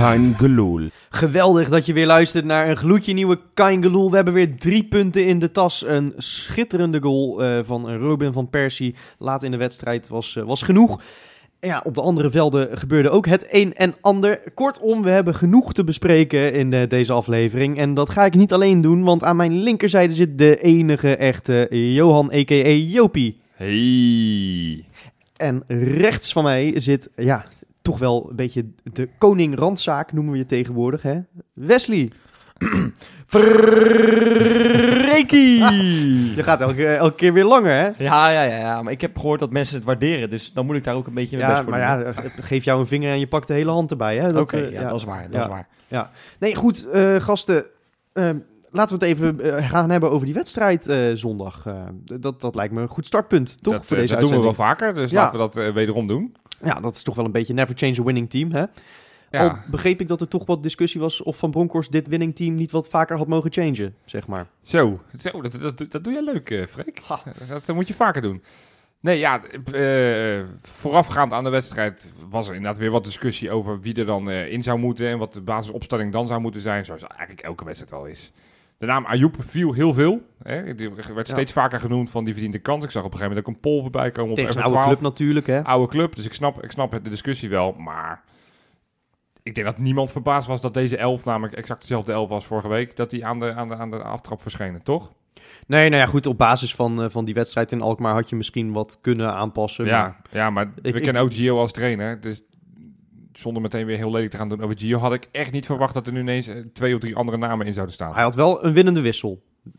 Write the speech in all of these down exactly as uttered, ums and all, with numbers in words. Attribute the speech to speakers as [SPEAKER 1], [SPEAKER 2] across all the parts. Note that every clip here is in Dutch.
[SPEAKER 1] Kein Geloel.
[SPEAKER 2] Geweldig dat je weer luistert naar een gloedje nieuwe Kein Geloel. We hebben weer drie punten in de tas. Een schitterende goal uh, van Robin van Persie. Laat in de wedstrijd was, uh, was genoeg. En ja, op de andere velden gebeurde ook het een en ander. Kortom, we hebben genoeg te bespreken in uh, deze aflevering. En dat ga ik niet alleen doen, want aan mijn linkerzijde zit de enige echte Johan, a k a. Jopie.
[SPEAKER 1] Hey.
[SPEAKER 2] En rechts van mij zit, ja, toch wel een beetje de koning randzaak, noemen we je tegenwoordig, hè? Wesley.
[SPEAKER 3] Freekie!
[SPEAKER 2] Je gaat elke, elke keer weer langer, hè?
[SPEAKER 3] Ja, ja, ja, ja, maar ik heb gehoord dat mensen het waarderen, dus dan moet ik daar ook een beetje mijn
[SPEAKER 2] Ja,
[SPEAKER 3] best voor
[SPEAKER 2] maar
[SPEAKER 3] doen.
[SPEAKER 2] ja, geef jou een vinger en je pakt de hele hand erbij, hè?
[SPEAKER 3] Oké,
[SPEAKER 2] Dat,
[SPEAKER 3] okay,
[SPEAKER 2] uh,
[SPEAKER 3] ja,
[SPEAKER 2] ja,
[SPEAKER 3] dat is waar, dat
[SPEAKER 2] ja,
[SPEAKER 3] is waar.
[SPEAKER 2] Ja. Nee, goed, uh, gasten. Uh, laten we het even uh, gaan hebben over die wedstrijd uh, zondag. Uh, dat, dat lijkt me een goed startpunt, toch?
[SPEAKER 1] Dat,
[SPEAKER 2] voor
[SPEAKER 1] uh,
[SPEAKER 2] deze
[SPEAKER 1] dat doen we wel
[SPEAKER 2] uitzending.
[SPEAKER 1] vaker, dus
[SPEAKER 2] Ja.
[SPEAKER 1] laten we dat uh, wederom doen.
[SPEAKER 2] Ja, dat is toch wel een beetje never change a winning team, hè?
[SPEAKER 1] Ja.
[SPEAKER 2] Al begreep ik dat er toch wat discussie was of Van Bronckhorst dit winning team niet wat vaker had mogen changen, zeg maar.
[SPEAKER 1] Zo, zo dat, dat, dat doe je leuk, uh, Freek.
[SPEAKER 2] Ha.
[SPEAKER 1] Dat, dat moet je vaker doen. Nee, ja, uh, voorafgaand aan de wedstrijd was er inderdaad weer wat discussie over wie er dan uh, in zou moeten en wat de basisopstelling dan zou moeten zijn, zoals eigenlijk elke wedstrijd wel is. De naam Ayoub viel heel veel. Hè? Die werd steeds ja. vaker genoemd van die verdient de kans. Ik zag op een gegeven moment ook een poll voorbij komen op
[SPEAKER 2] tegen
[SPEAKER 1] F
[SPEAKER 2] een
[SPEAKER 1] twaalf.
[SPEAKER 2] oude club natuurlijk, hè?
[SPEAKER 1] Oude club, dus ik snap, ik snap de discussie wel, maar ik denk dat niemand verbaasd was dat deze elf, namelijk exact dezelfde elf was vorige week, dat die aan de, aan de, aan de aftrap verschenen, toch?
[SPEAKER 2] Nee, nou ja, goed, op basis van, uh, van die wedstrijd in Alkmaar had je misschien wat kunnen aanpassen.
[SPEAKER 1] Ja,
[SPEAKER 2] maar
[SPEAKER 1] ja, maar
[SPEAKER 2] ik,
[SPEAKER 1] we kennen ook Gio als trainer, dus zonder meteen weer heel lelijk te gaan doen over Gio, had ik echt niet verwacht dat er nu ineens twee of drie andere namen in zouden staan.
[SPEAKER 2] Hij had wel een winnende wissel.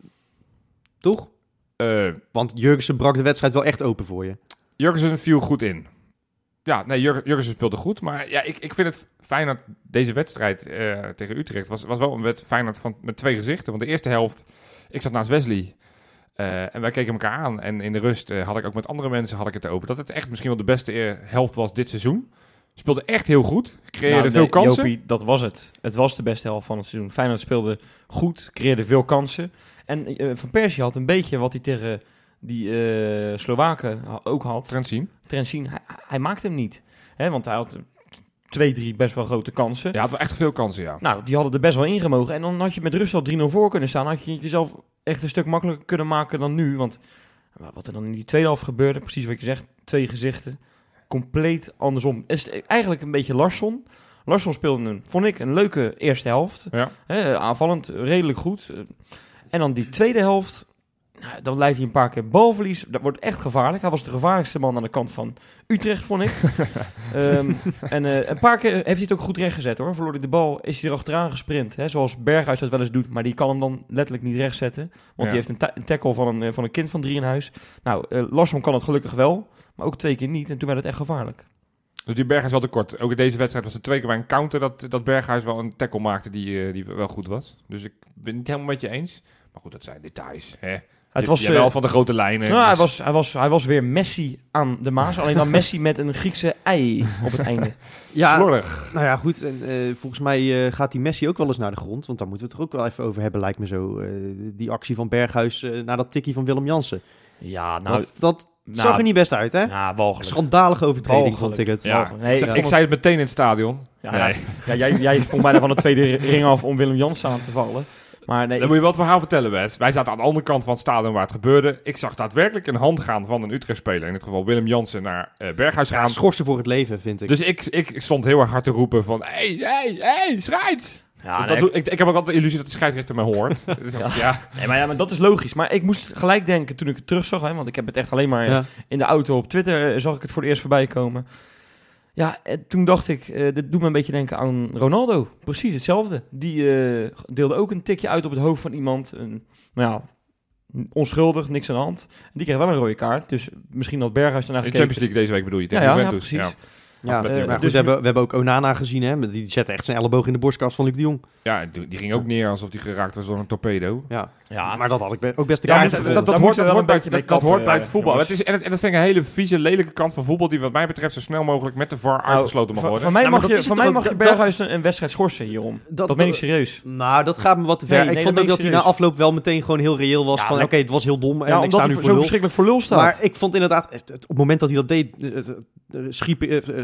[SPEAKER 2] Toch?
[SPEAKER 1] Uh,
[SPEAKER 2] Want Jurgensen brak de wedstrijd wel echt open voor je.
[SPEAKER 1] Jurgensen viel goed in. Ja, nee, Jur- Jurgensen speelde goed. Maar ja, ik, ik vind het fijn dat deze wedstrijd uh, tegen Utrecht was, was wel een wedstrijd Feyenoord van met twee gezichten. Want de eerste helft, ik zat naast Wesley uh, en wij keken elkaar aan. En in de rust uh, had ik ook met andere mensen had ik het over dat het echt misschien wel de beste uh, helft was dit seizoen. Speelde echt heel goed. Creëerde
[SPEAKER 3] nou,
[SPEAKER 1] veel
[SPEAKER 3] nee,
[SPEAKER 1] kansen.
[SPEAKER 3] Jopie, dat was het. Het was de beste helft van het seizoen. Feyenoord speelde goed, creëerde veel kansen. En uh, Van Persie had een beetje wat hij tegen die uh, Slowaken ook had.
[SPEAKER 1] Trentin.
[SPEAKER 3] Trentin, hij, hij maakte hem niet. Hè, want hij had twee, drie best wel grote kansen.
[SPEAKER 1] Ja, had wel echt veel kansen, ja.
[SPEAKER 3] Nou, die hadden er best wel ingemogen. En dan had je met rust al drie nul voor kunnen staan. Had je jezelf echt een stuk makkelijker kunnen maken dan nu. Want wat er dan in die tweede helft gebeurde, precies wat je zegt, twee gezichten. Compleet andersom. Het is eigenlijk een beetje Larsson. Larsson speelde een, vond ik, een leuke eerste helft.
[SPEAKER 1] Ja.
[SPEAKER 3] Hè, aanvallend, redelijk goed. En dan die tweede helft, dan leidt hij een paar keer balverlies. Dat wordt echt gevaarlijk. Hij was de gevaarlijkste man aan de kant van Utrecht, vond ik. um, en uh, een paar keer heeft hij het ook goed rechtgezet, hoor. Verloor hij de bal, is hij erachteraan gesprint. Hè, zoals Berghuis dat wel eens doet, maar die kan hem dan letterlijk niet rechtzetten. Want
[SPEAKER 1] ja.
[SPEAKER 3] die heeft een, ta- een tackle van een, van een kind van drie in huis. Nou, uh, Larsson kan het gelukkig wel, maar ook twee keer niet. En toen werd het echt gevaarlijk.
[SPEAKER 1] Dus die Berghuis wel tekort. Ook in deze wedstrijd was er twee keer bij een counter dat, dat Berghuis wel een tackle maakte die, uh, die wel goed was. Dus ik ben het niet helemaal met je eens. Maar goed, dat zijn details. Hè?
[SPEAKER 3] Het was
[SPEAKER 1] Jij wel
[SPEAKER 3] uh,
[SPEAKER 1] van de grote lijnen.
[SPEAKER 3] nou,
[SPEAKER 1] dus.
[SPEAKER 3] hij, was, hij, was, hij was weer Messi aan de Maas. Alleen dan Messi met een Griekse ei op het einde.
[SPEAKER 2] Ja,
[SPEAKER 1] Slordig.
[SPEAKER 2] nou ja, goed. En, uh, volgens mij uh, gaat die Messi ook wel eens naar de grond. Want daar moeten we het er ook wel even over hebben, lijkt me zo. Uh, die actie van Berghuis uh, na dat tikkie van Willem Jansen.
[SPEAKER 3] Ja, nou...
[SPEAKER 2] Dat, dat
[SPEAKER 3] nou,
[SPEAKER 2] zag er niet best uit, hè?
[SPEAKER 3] Ja, walgelijk.
[SPEAKER 2] Schandalige overtreding
[SPEAKER 3] Walgelijk.
[SPEAKER 2] van Ticket.
[SPEAKER 1] Ja,
[SPEAKER 3] Nee,
[SPEAKER 1] ik,
[SPEAKER 3] ik
[SPEAKER 1] ik
[SPEAKER 3] vond
[SPEAKER 1] zei het meteen in het stadion.
[SPEAKER 3] Ja,
[SPEAKER 1] nee.
[SPEAKER 3] ja, ja, jij, jij sprong bijna van de tweede ring af om Willem Jansen aan te vallen. Maar nee,
[SPEAKER 1] Dan moet je wel het verhaal vertellen, Wes. Wij zaten aan de andere kant van het stadion waar het gebeurde. Ik zag daadwerkelijk een hand gaan van een Utrecht-speler. In dit geval Willem Jansen naar uh, Berghuis
[SPEAKER 2] Ja,
[SPEAKER 1] gaan.
[SPEAKER 2] schorsen voor het leven, vind ik.
[SPEAKER 1] Dus ik, ik stond heel erg hard te roepen van... Hé, hé, hé, scheids!
[SPEAKER 3] ja,
[SPEAKER 1] Dat
[SPEAKER 3] nee,
[SPEAKER 1] doe- ik, ik heb ook altijd de illusie dat de scheidsrechter mij hoort. Dus
[SPEAKER 3] Ja.
[SPEAKER 1] ja.
[SPEAKER 3] nee, maar, ja, maar dat is logisch. Maar ik moest gelijk denken toen ik het terug zag. Hè, want ik heb het echt alleen maar
[SPEAKER 2] Ja.
[SPEAKER 3] in de auto op Twitter... Uh, zag ik het voor het eerst voorbij komen. Ja, en toen dacht ik... Uh, dit doet me een beetje denken aan Ronaldo. Precies hetzelfde. Die uh, deelde ook een tikje uit op het hoofd van iemand. Een, nou ja... onschuldig, niks aan de hand. Die kreeg wel een rode kaart. Dus misschien had Berghuis daarna
[SPEAKER 1] In de
[SPEAKER 3] gekeken.
[SPEAKER 1] Champions League deze week bedoel je, tegen
[SPEAKER 3] Ja, ja, ja,
[SPEAKER 1] Juventus.
[SPEAKER 3] precies.
[SPEAKER 2] Ja,
[SPEAKER 1] met
[SPEAKER 2] uh,
[SPEAKER 1] die-
[SPEAKER 2] maar goed,
[SPEAKER 3] dus-
[SPEAKER 2] we, hebben, we hebben ook Onana gezien, hè? Die zette echt zijn elleboog in de borstkast van Luc de Jong.
[SPEAKER 1] Ja, die, die ging ook neer alsof hij geraakt was door een torpedo.
[SPEAKER 2] Ja,
[SPEAKER 3] Ja,
[SPEAKER 2] maar dat had ik be- ook best de
[SPEAKER 3] Ja,
[SPEAKER 2] kaart
[SPEAKER 3] maar
[SPEAKER 1] dat,
[SPEAKER 2] gevonden.
[SPEAKER 1] dat, dat,
[SPEAKER 3] Daar
[SPEAKER 1] hoort,
[SPEAKER 3] moeten
[SPEAKER 1] dat,
[SPEAKER 3] we
[SPEAKER 1] hoort
[SPEAKER 3] wel
[SPEAKER 1] bij,
[SPEAKER 3] een beetje
[SPEAKER 1] dat,
[SPEAKER 3] mee
[SPEAKER 1] dat hoort
[SPEAKER 3] kappen,
[SPEAKER 1] bij het voetbal.
[SPEAKER 3] jongens.
[SPEAKER 1] Het is, en, het, en dat vind ik een hele vieze, lelijke kant van voetbal die wat mij betreft zo snel mogelijk met de V A R
[SPEAKER 3] Nou,
[SPEAKER 1] uitgesloten mag
[SPEAKER 3] van,
[SPEAKER 1] worden.
[SPEAKER 3] van mij
[SPEAKER 2] Ja, maar
[SPEAKER 3] mag
[SPEAKER 2] dat
[SPEAKER 3] je,
[SPEAKER 2] is
[SPEAKER 3] van
[SPEAKER 2] het
[SPEAKER 3] mij
[SPEAKER 2] ook.
[SPEAKER 3] mag je
[SPEAKER 2] Dat-
[SPEAKER 3] Berghuis een, een wedstrijd schorsen hierom. Dat,
[SPEAKER 2] Dat-
[SPEAKER 3] meen ik serieus.
[SPEAKER 2] Nou, dat gaat me wat te ver.
[SPEAKER 3] Nee,
[SPEAKER 2] ik
[SPEAKER 3] nee,
[SPEAKER 2] vond
[SPEAKER 3] dat
[SPEAKER 2] ook
[SPEAKER 3] meen
[SPEAKER 2] dat
[SPEAKER 3] ik
[SPEAKER 2] hij na
[SPEAKER 3] serieus.
[SPEAKER 2] afloop wel meteen gewoon heel reëel was.
[SPEAKER 3] Ja,
[SPEAKER 2] van
[SPEAKER 3] dat-
[SPEAKER 2] oké, het was heel dom en
[SPEAKER 3] Ja,
[SPEAKER 2] ik
[SPEAKER 3] omdat
[SPEAKER 2] sta nu
[SPEAKER 3] hij
[SPEAKER 2] voor
[SPEAKER 3] zo
[SPEAKER 2] nul.
[SPEAKER 3] verschrikkelijk voor lul staat.
[SPEAKER 2] Maar ik vond inderdaad, het- het- op het moment dat hij dat deed, het- het- schiep, eh, eh,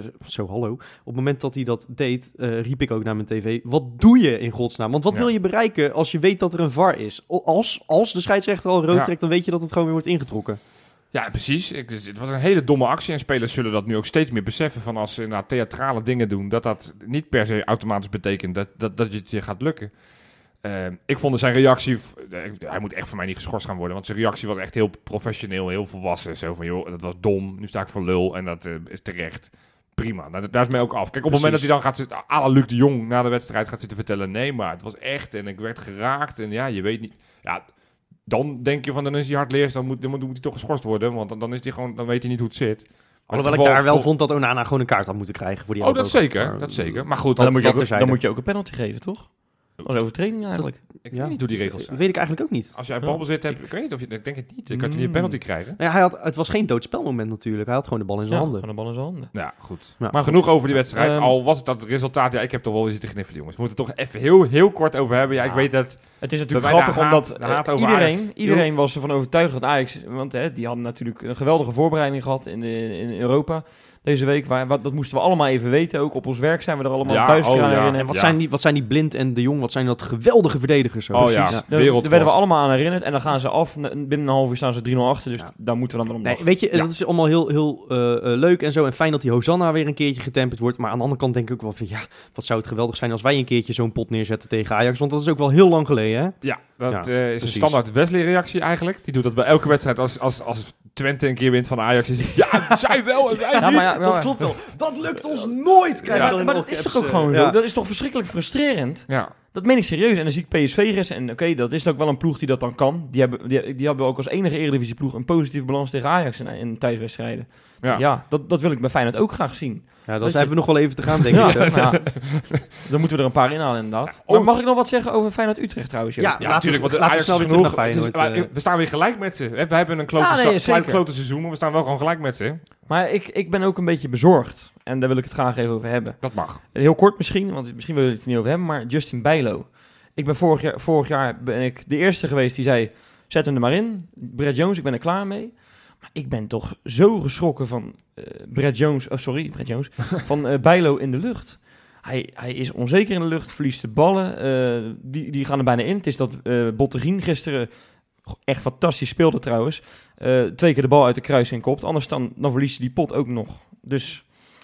[SPEAKER 2] zo hallo, op het moment dat hij dat deed, uh, riep ik ook naar mijn tv, wat doe je in godsnaam? Want wat ja. wil je bereiken als je weet dat er een V A R is? Als, als de scheidsrechter al rood ja. trekt, dan weet je dat het gewoon weer wordt ingetrokken.
[SPEAKER 1] Ja, precies. Ik, het was een hele domme actie en spelers zullen dat nu ook steeds meer beseffen van als ze nou, theatrale dingen doen, dat dat niet per se automatisch betekent dat, dat, dat het je gaat lukken. Uh, ik vond zijn reactie, uh, hij moet echt voor mij niet geschorst gaan worden, want zijn reactie was echt heel professioneel, heel volwassen. Zo van, joh, dat was dom, nu sta ik voor lul en dat uh, is terecht. Prima, nou, daar is mij ook af. Kijk, op het moment dat hij dan gaat zitten, à la Luc de Jong na de wedstrijd gaat zitten vertellen, nee, maar het was echt en ik werd geraakt en ja, je weet niet. Ja, dan denk je van, dan is hij hardleers, dan moet, dan moet hij toch geschorst worden, want dan, dan, is hij gewoon, dan weet hij niet hoe het zit.
[SPEAKER 2] Alhoewel ik daar wel vol... vond dat Onana gewoon een kaart had moeten krijgen voor die
[SPEAKER 1] Oh, dat
[SPEAKER 2] ook.
[SPEAKER 1] zeker,
[SPEAKER 2] maar,
[SPEAKER 1] dat zeker. Maar goed,
[SPEAKER 3] dan,
[SPEAKER 1] dat,
[SPEAKER 3] moet je
[SPEAKER 1] dat
[SPEAKER 3] ook, dan moet je ook een penalty geven, toch? Als overtreding eigenlijk.
[SPEAKER 1] Dat, ik ja. weet niet hoe die regels zijn.
[SPEAKER 2] Weet ik eigenlijk ook niet.
[SPEAKER 1] Als jij balbezit hebt, ik weet niet of je, ik denk het niet. Je kan je niet een penalty krijgen.
[SPEAKER 2] Nou ja, hij had, het was geen doodspelmoment natuurlijk. Hij had gewoon de bal in zijn
[SPEAKER 3] ja,
[SPEAKER 2] handen.
[SPEAKER 3] Gewoon de bal in zijn handen.
[SPEAKER 1] Ja, goed.
[SPEAKER 2] Ja,
[SPEAKER 1] maar genoeg over die wedstrijd.
[SPEAKER 3] Um,
[SPEAKER 1] Al was het dat resultaat, ja, ik heb toch wel weer zitten gniffelen, jongens. We moeten het toch even heel, heel kort over hebben. Ja,
[SPEAKER 3] ja.
[SPEAKER 1] ik weet dat.
[SPEAKER 3] Het is natuurlijk grappig
[SPEAKER 1] haat,
[SPEAKER 3] omdat uh, iedereen,
[SPEAKER 1] Ajax.
[SPEAKER 3] iedereen was ervan overtuigd dat Ajax, want hè, die hadden natuurlijk een geweldige voorbereiding gehad in, de, in Europa deze week. Waar, wat, dat moesten we allemaal even weten. Ook op ons werk zijn we er allemaal
[SPEAKER 1] ja,
[SPEAKER 3] thuis
[SPEAKER 1] oh,
[SPEAKER 3] gaan
[SPEAKER 1] ja.
[SPEAKER 3] herinneren.
[SPEAKER 2] En wat,
[SPEAKER 1] ja.
[SPEAKER 2] zijn die, wat zijn die Blind en de Jong, wat zijn dat geweldige verdedigers. Zo.
[SPEAKER 1] Oh
[SPEAKER 2] Precies.
[SPEAKER 1] ja,
[SPEAKER 3] ja.
[SPEAKER 1] Wereld
[SPEAKER 3] Daar werden we allemaal aan herinnerd. En dan gaan ze af. Binnen een half uur staan ze drie nul achter. Dus ja. daar moeten we dan wel om
[SPEAKER 2] nee, weet je,
[SPEAKER 1] ja.
[SPEAKER 2] dat is allemaal heel, heel uh, uh, leuk en zo. En fijn dat die Hosanna weer een keertje getemperd wordt. Maar aan de andere kant denk ik ook wel van, ja, wat zou het geweldig zijn als wij een keertje zo'n pot neerzetten tegen Ajax. Want dat is ook wel heel lang geleden, hè?
[SPEAKER 1] Ja, dat
[SPEAKER 2] ja,
[SPEAKER 1] uh, is precies. Een standaard Wesley-reactie eigenlijk. Die doet dat bij elke wedstrijd als, als, als Twente een keer wint van Ajax. Is ja, zij wel en wij
[SPEAKER 3] ja,
[SPEAKER 1] niet.
[SPEAKER 3] maar ja,
[SPEAKER 2] dat klopt wel. Dat lukt ons nooit.
[SPEAKER 3] Ja, maar, maar dat is toch ook gewoon zo? Ja. Dat is toch verschrikkelijk frustrerend?
[SPEAKER 1] Ja.
[SPEAKER 3] Dat meen ik serieus. En dan zie ik P S V'ers. En oké, okay, dat is ook wel een ploeg die dat dan kan. Die hebben, die, die hebben ook als enige Eredivisieploeg een positieve balans tegen Ajax in, in thuiswedstrijden. Ja, ja dat, dat wil ik bij Feyenoord ook graag zien.
[SPEAKER 2] Ja, dan hebben we nog wel even te gaan, denk
[SPEAKER 3] ja,
[SPEAKER 2] ik.
[SPEAKER 3] Nou, ja. Dan moeten we er een paar inhalen, inderdaad. Ja, maar mag ik nog wat zeggen over Feyenoord-Utrecht trouwens?
[SPEAKER 2] Ja, ja, natuurlijk.
[SPEAKER 1] Want
[SPEAKER 2] laten we snel weer terug naar Feyenoord.
[SPEAKER 1] Is, uh, we staan weer gelijk met ze. We hebben een klote, ja, nee, sa- klote seizoen, maar we staan wel gewoon gelijk met ze.
[SPEAKER 3] Maar ik, ik ben ook een beetje bezorgd. En daar wil ik het graag even over hebben.
[SPEAKER 1] Dat mag.
[SPEAKER 3] Heel kort misschien, want misschien wil je het er niet over hebben. Maar Justin Bijlo. Ik ben vorig jaar, vorig jaar ben ik de eerste geweest die zei, zet hem er maar in. Brad Jones, ik ben er klaar mee. Maar ik ben toch zo geschrokken van uh, Brad Jones, oh sorry, Brad Jones, van uh, Bijlo in de lucht. Hij, hij is onzeker in de lucht, verliest de ballen, uh, die, die gaan er bijna in. Het is dat uh, Bottegien gisteren echt fantastisch speelde trouwens. Uh, twee keer de bal uit de kruising kopt, anders dan, dan verliest hij die pot ook nog. Dus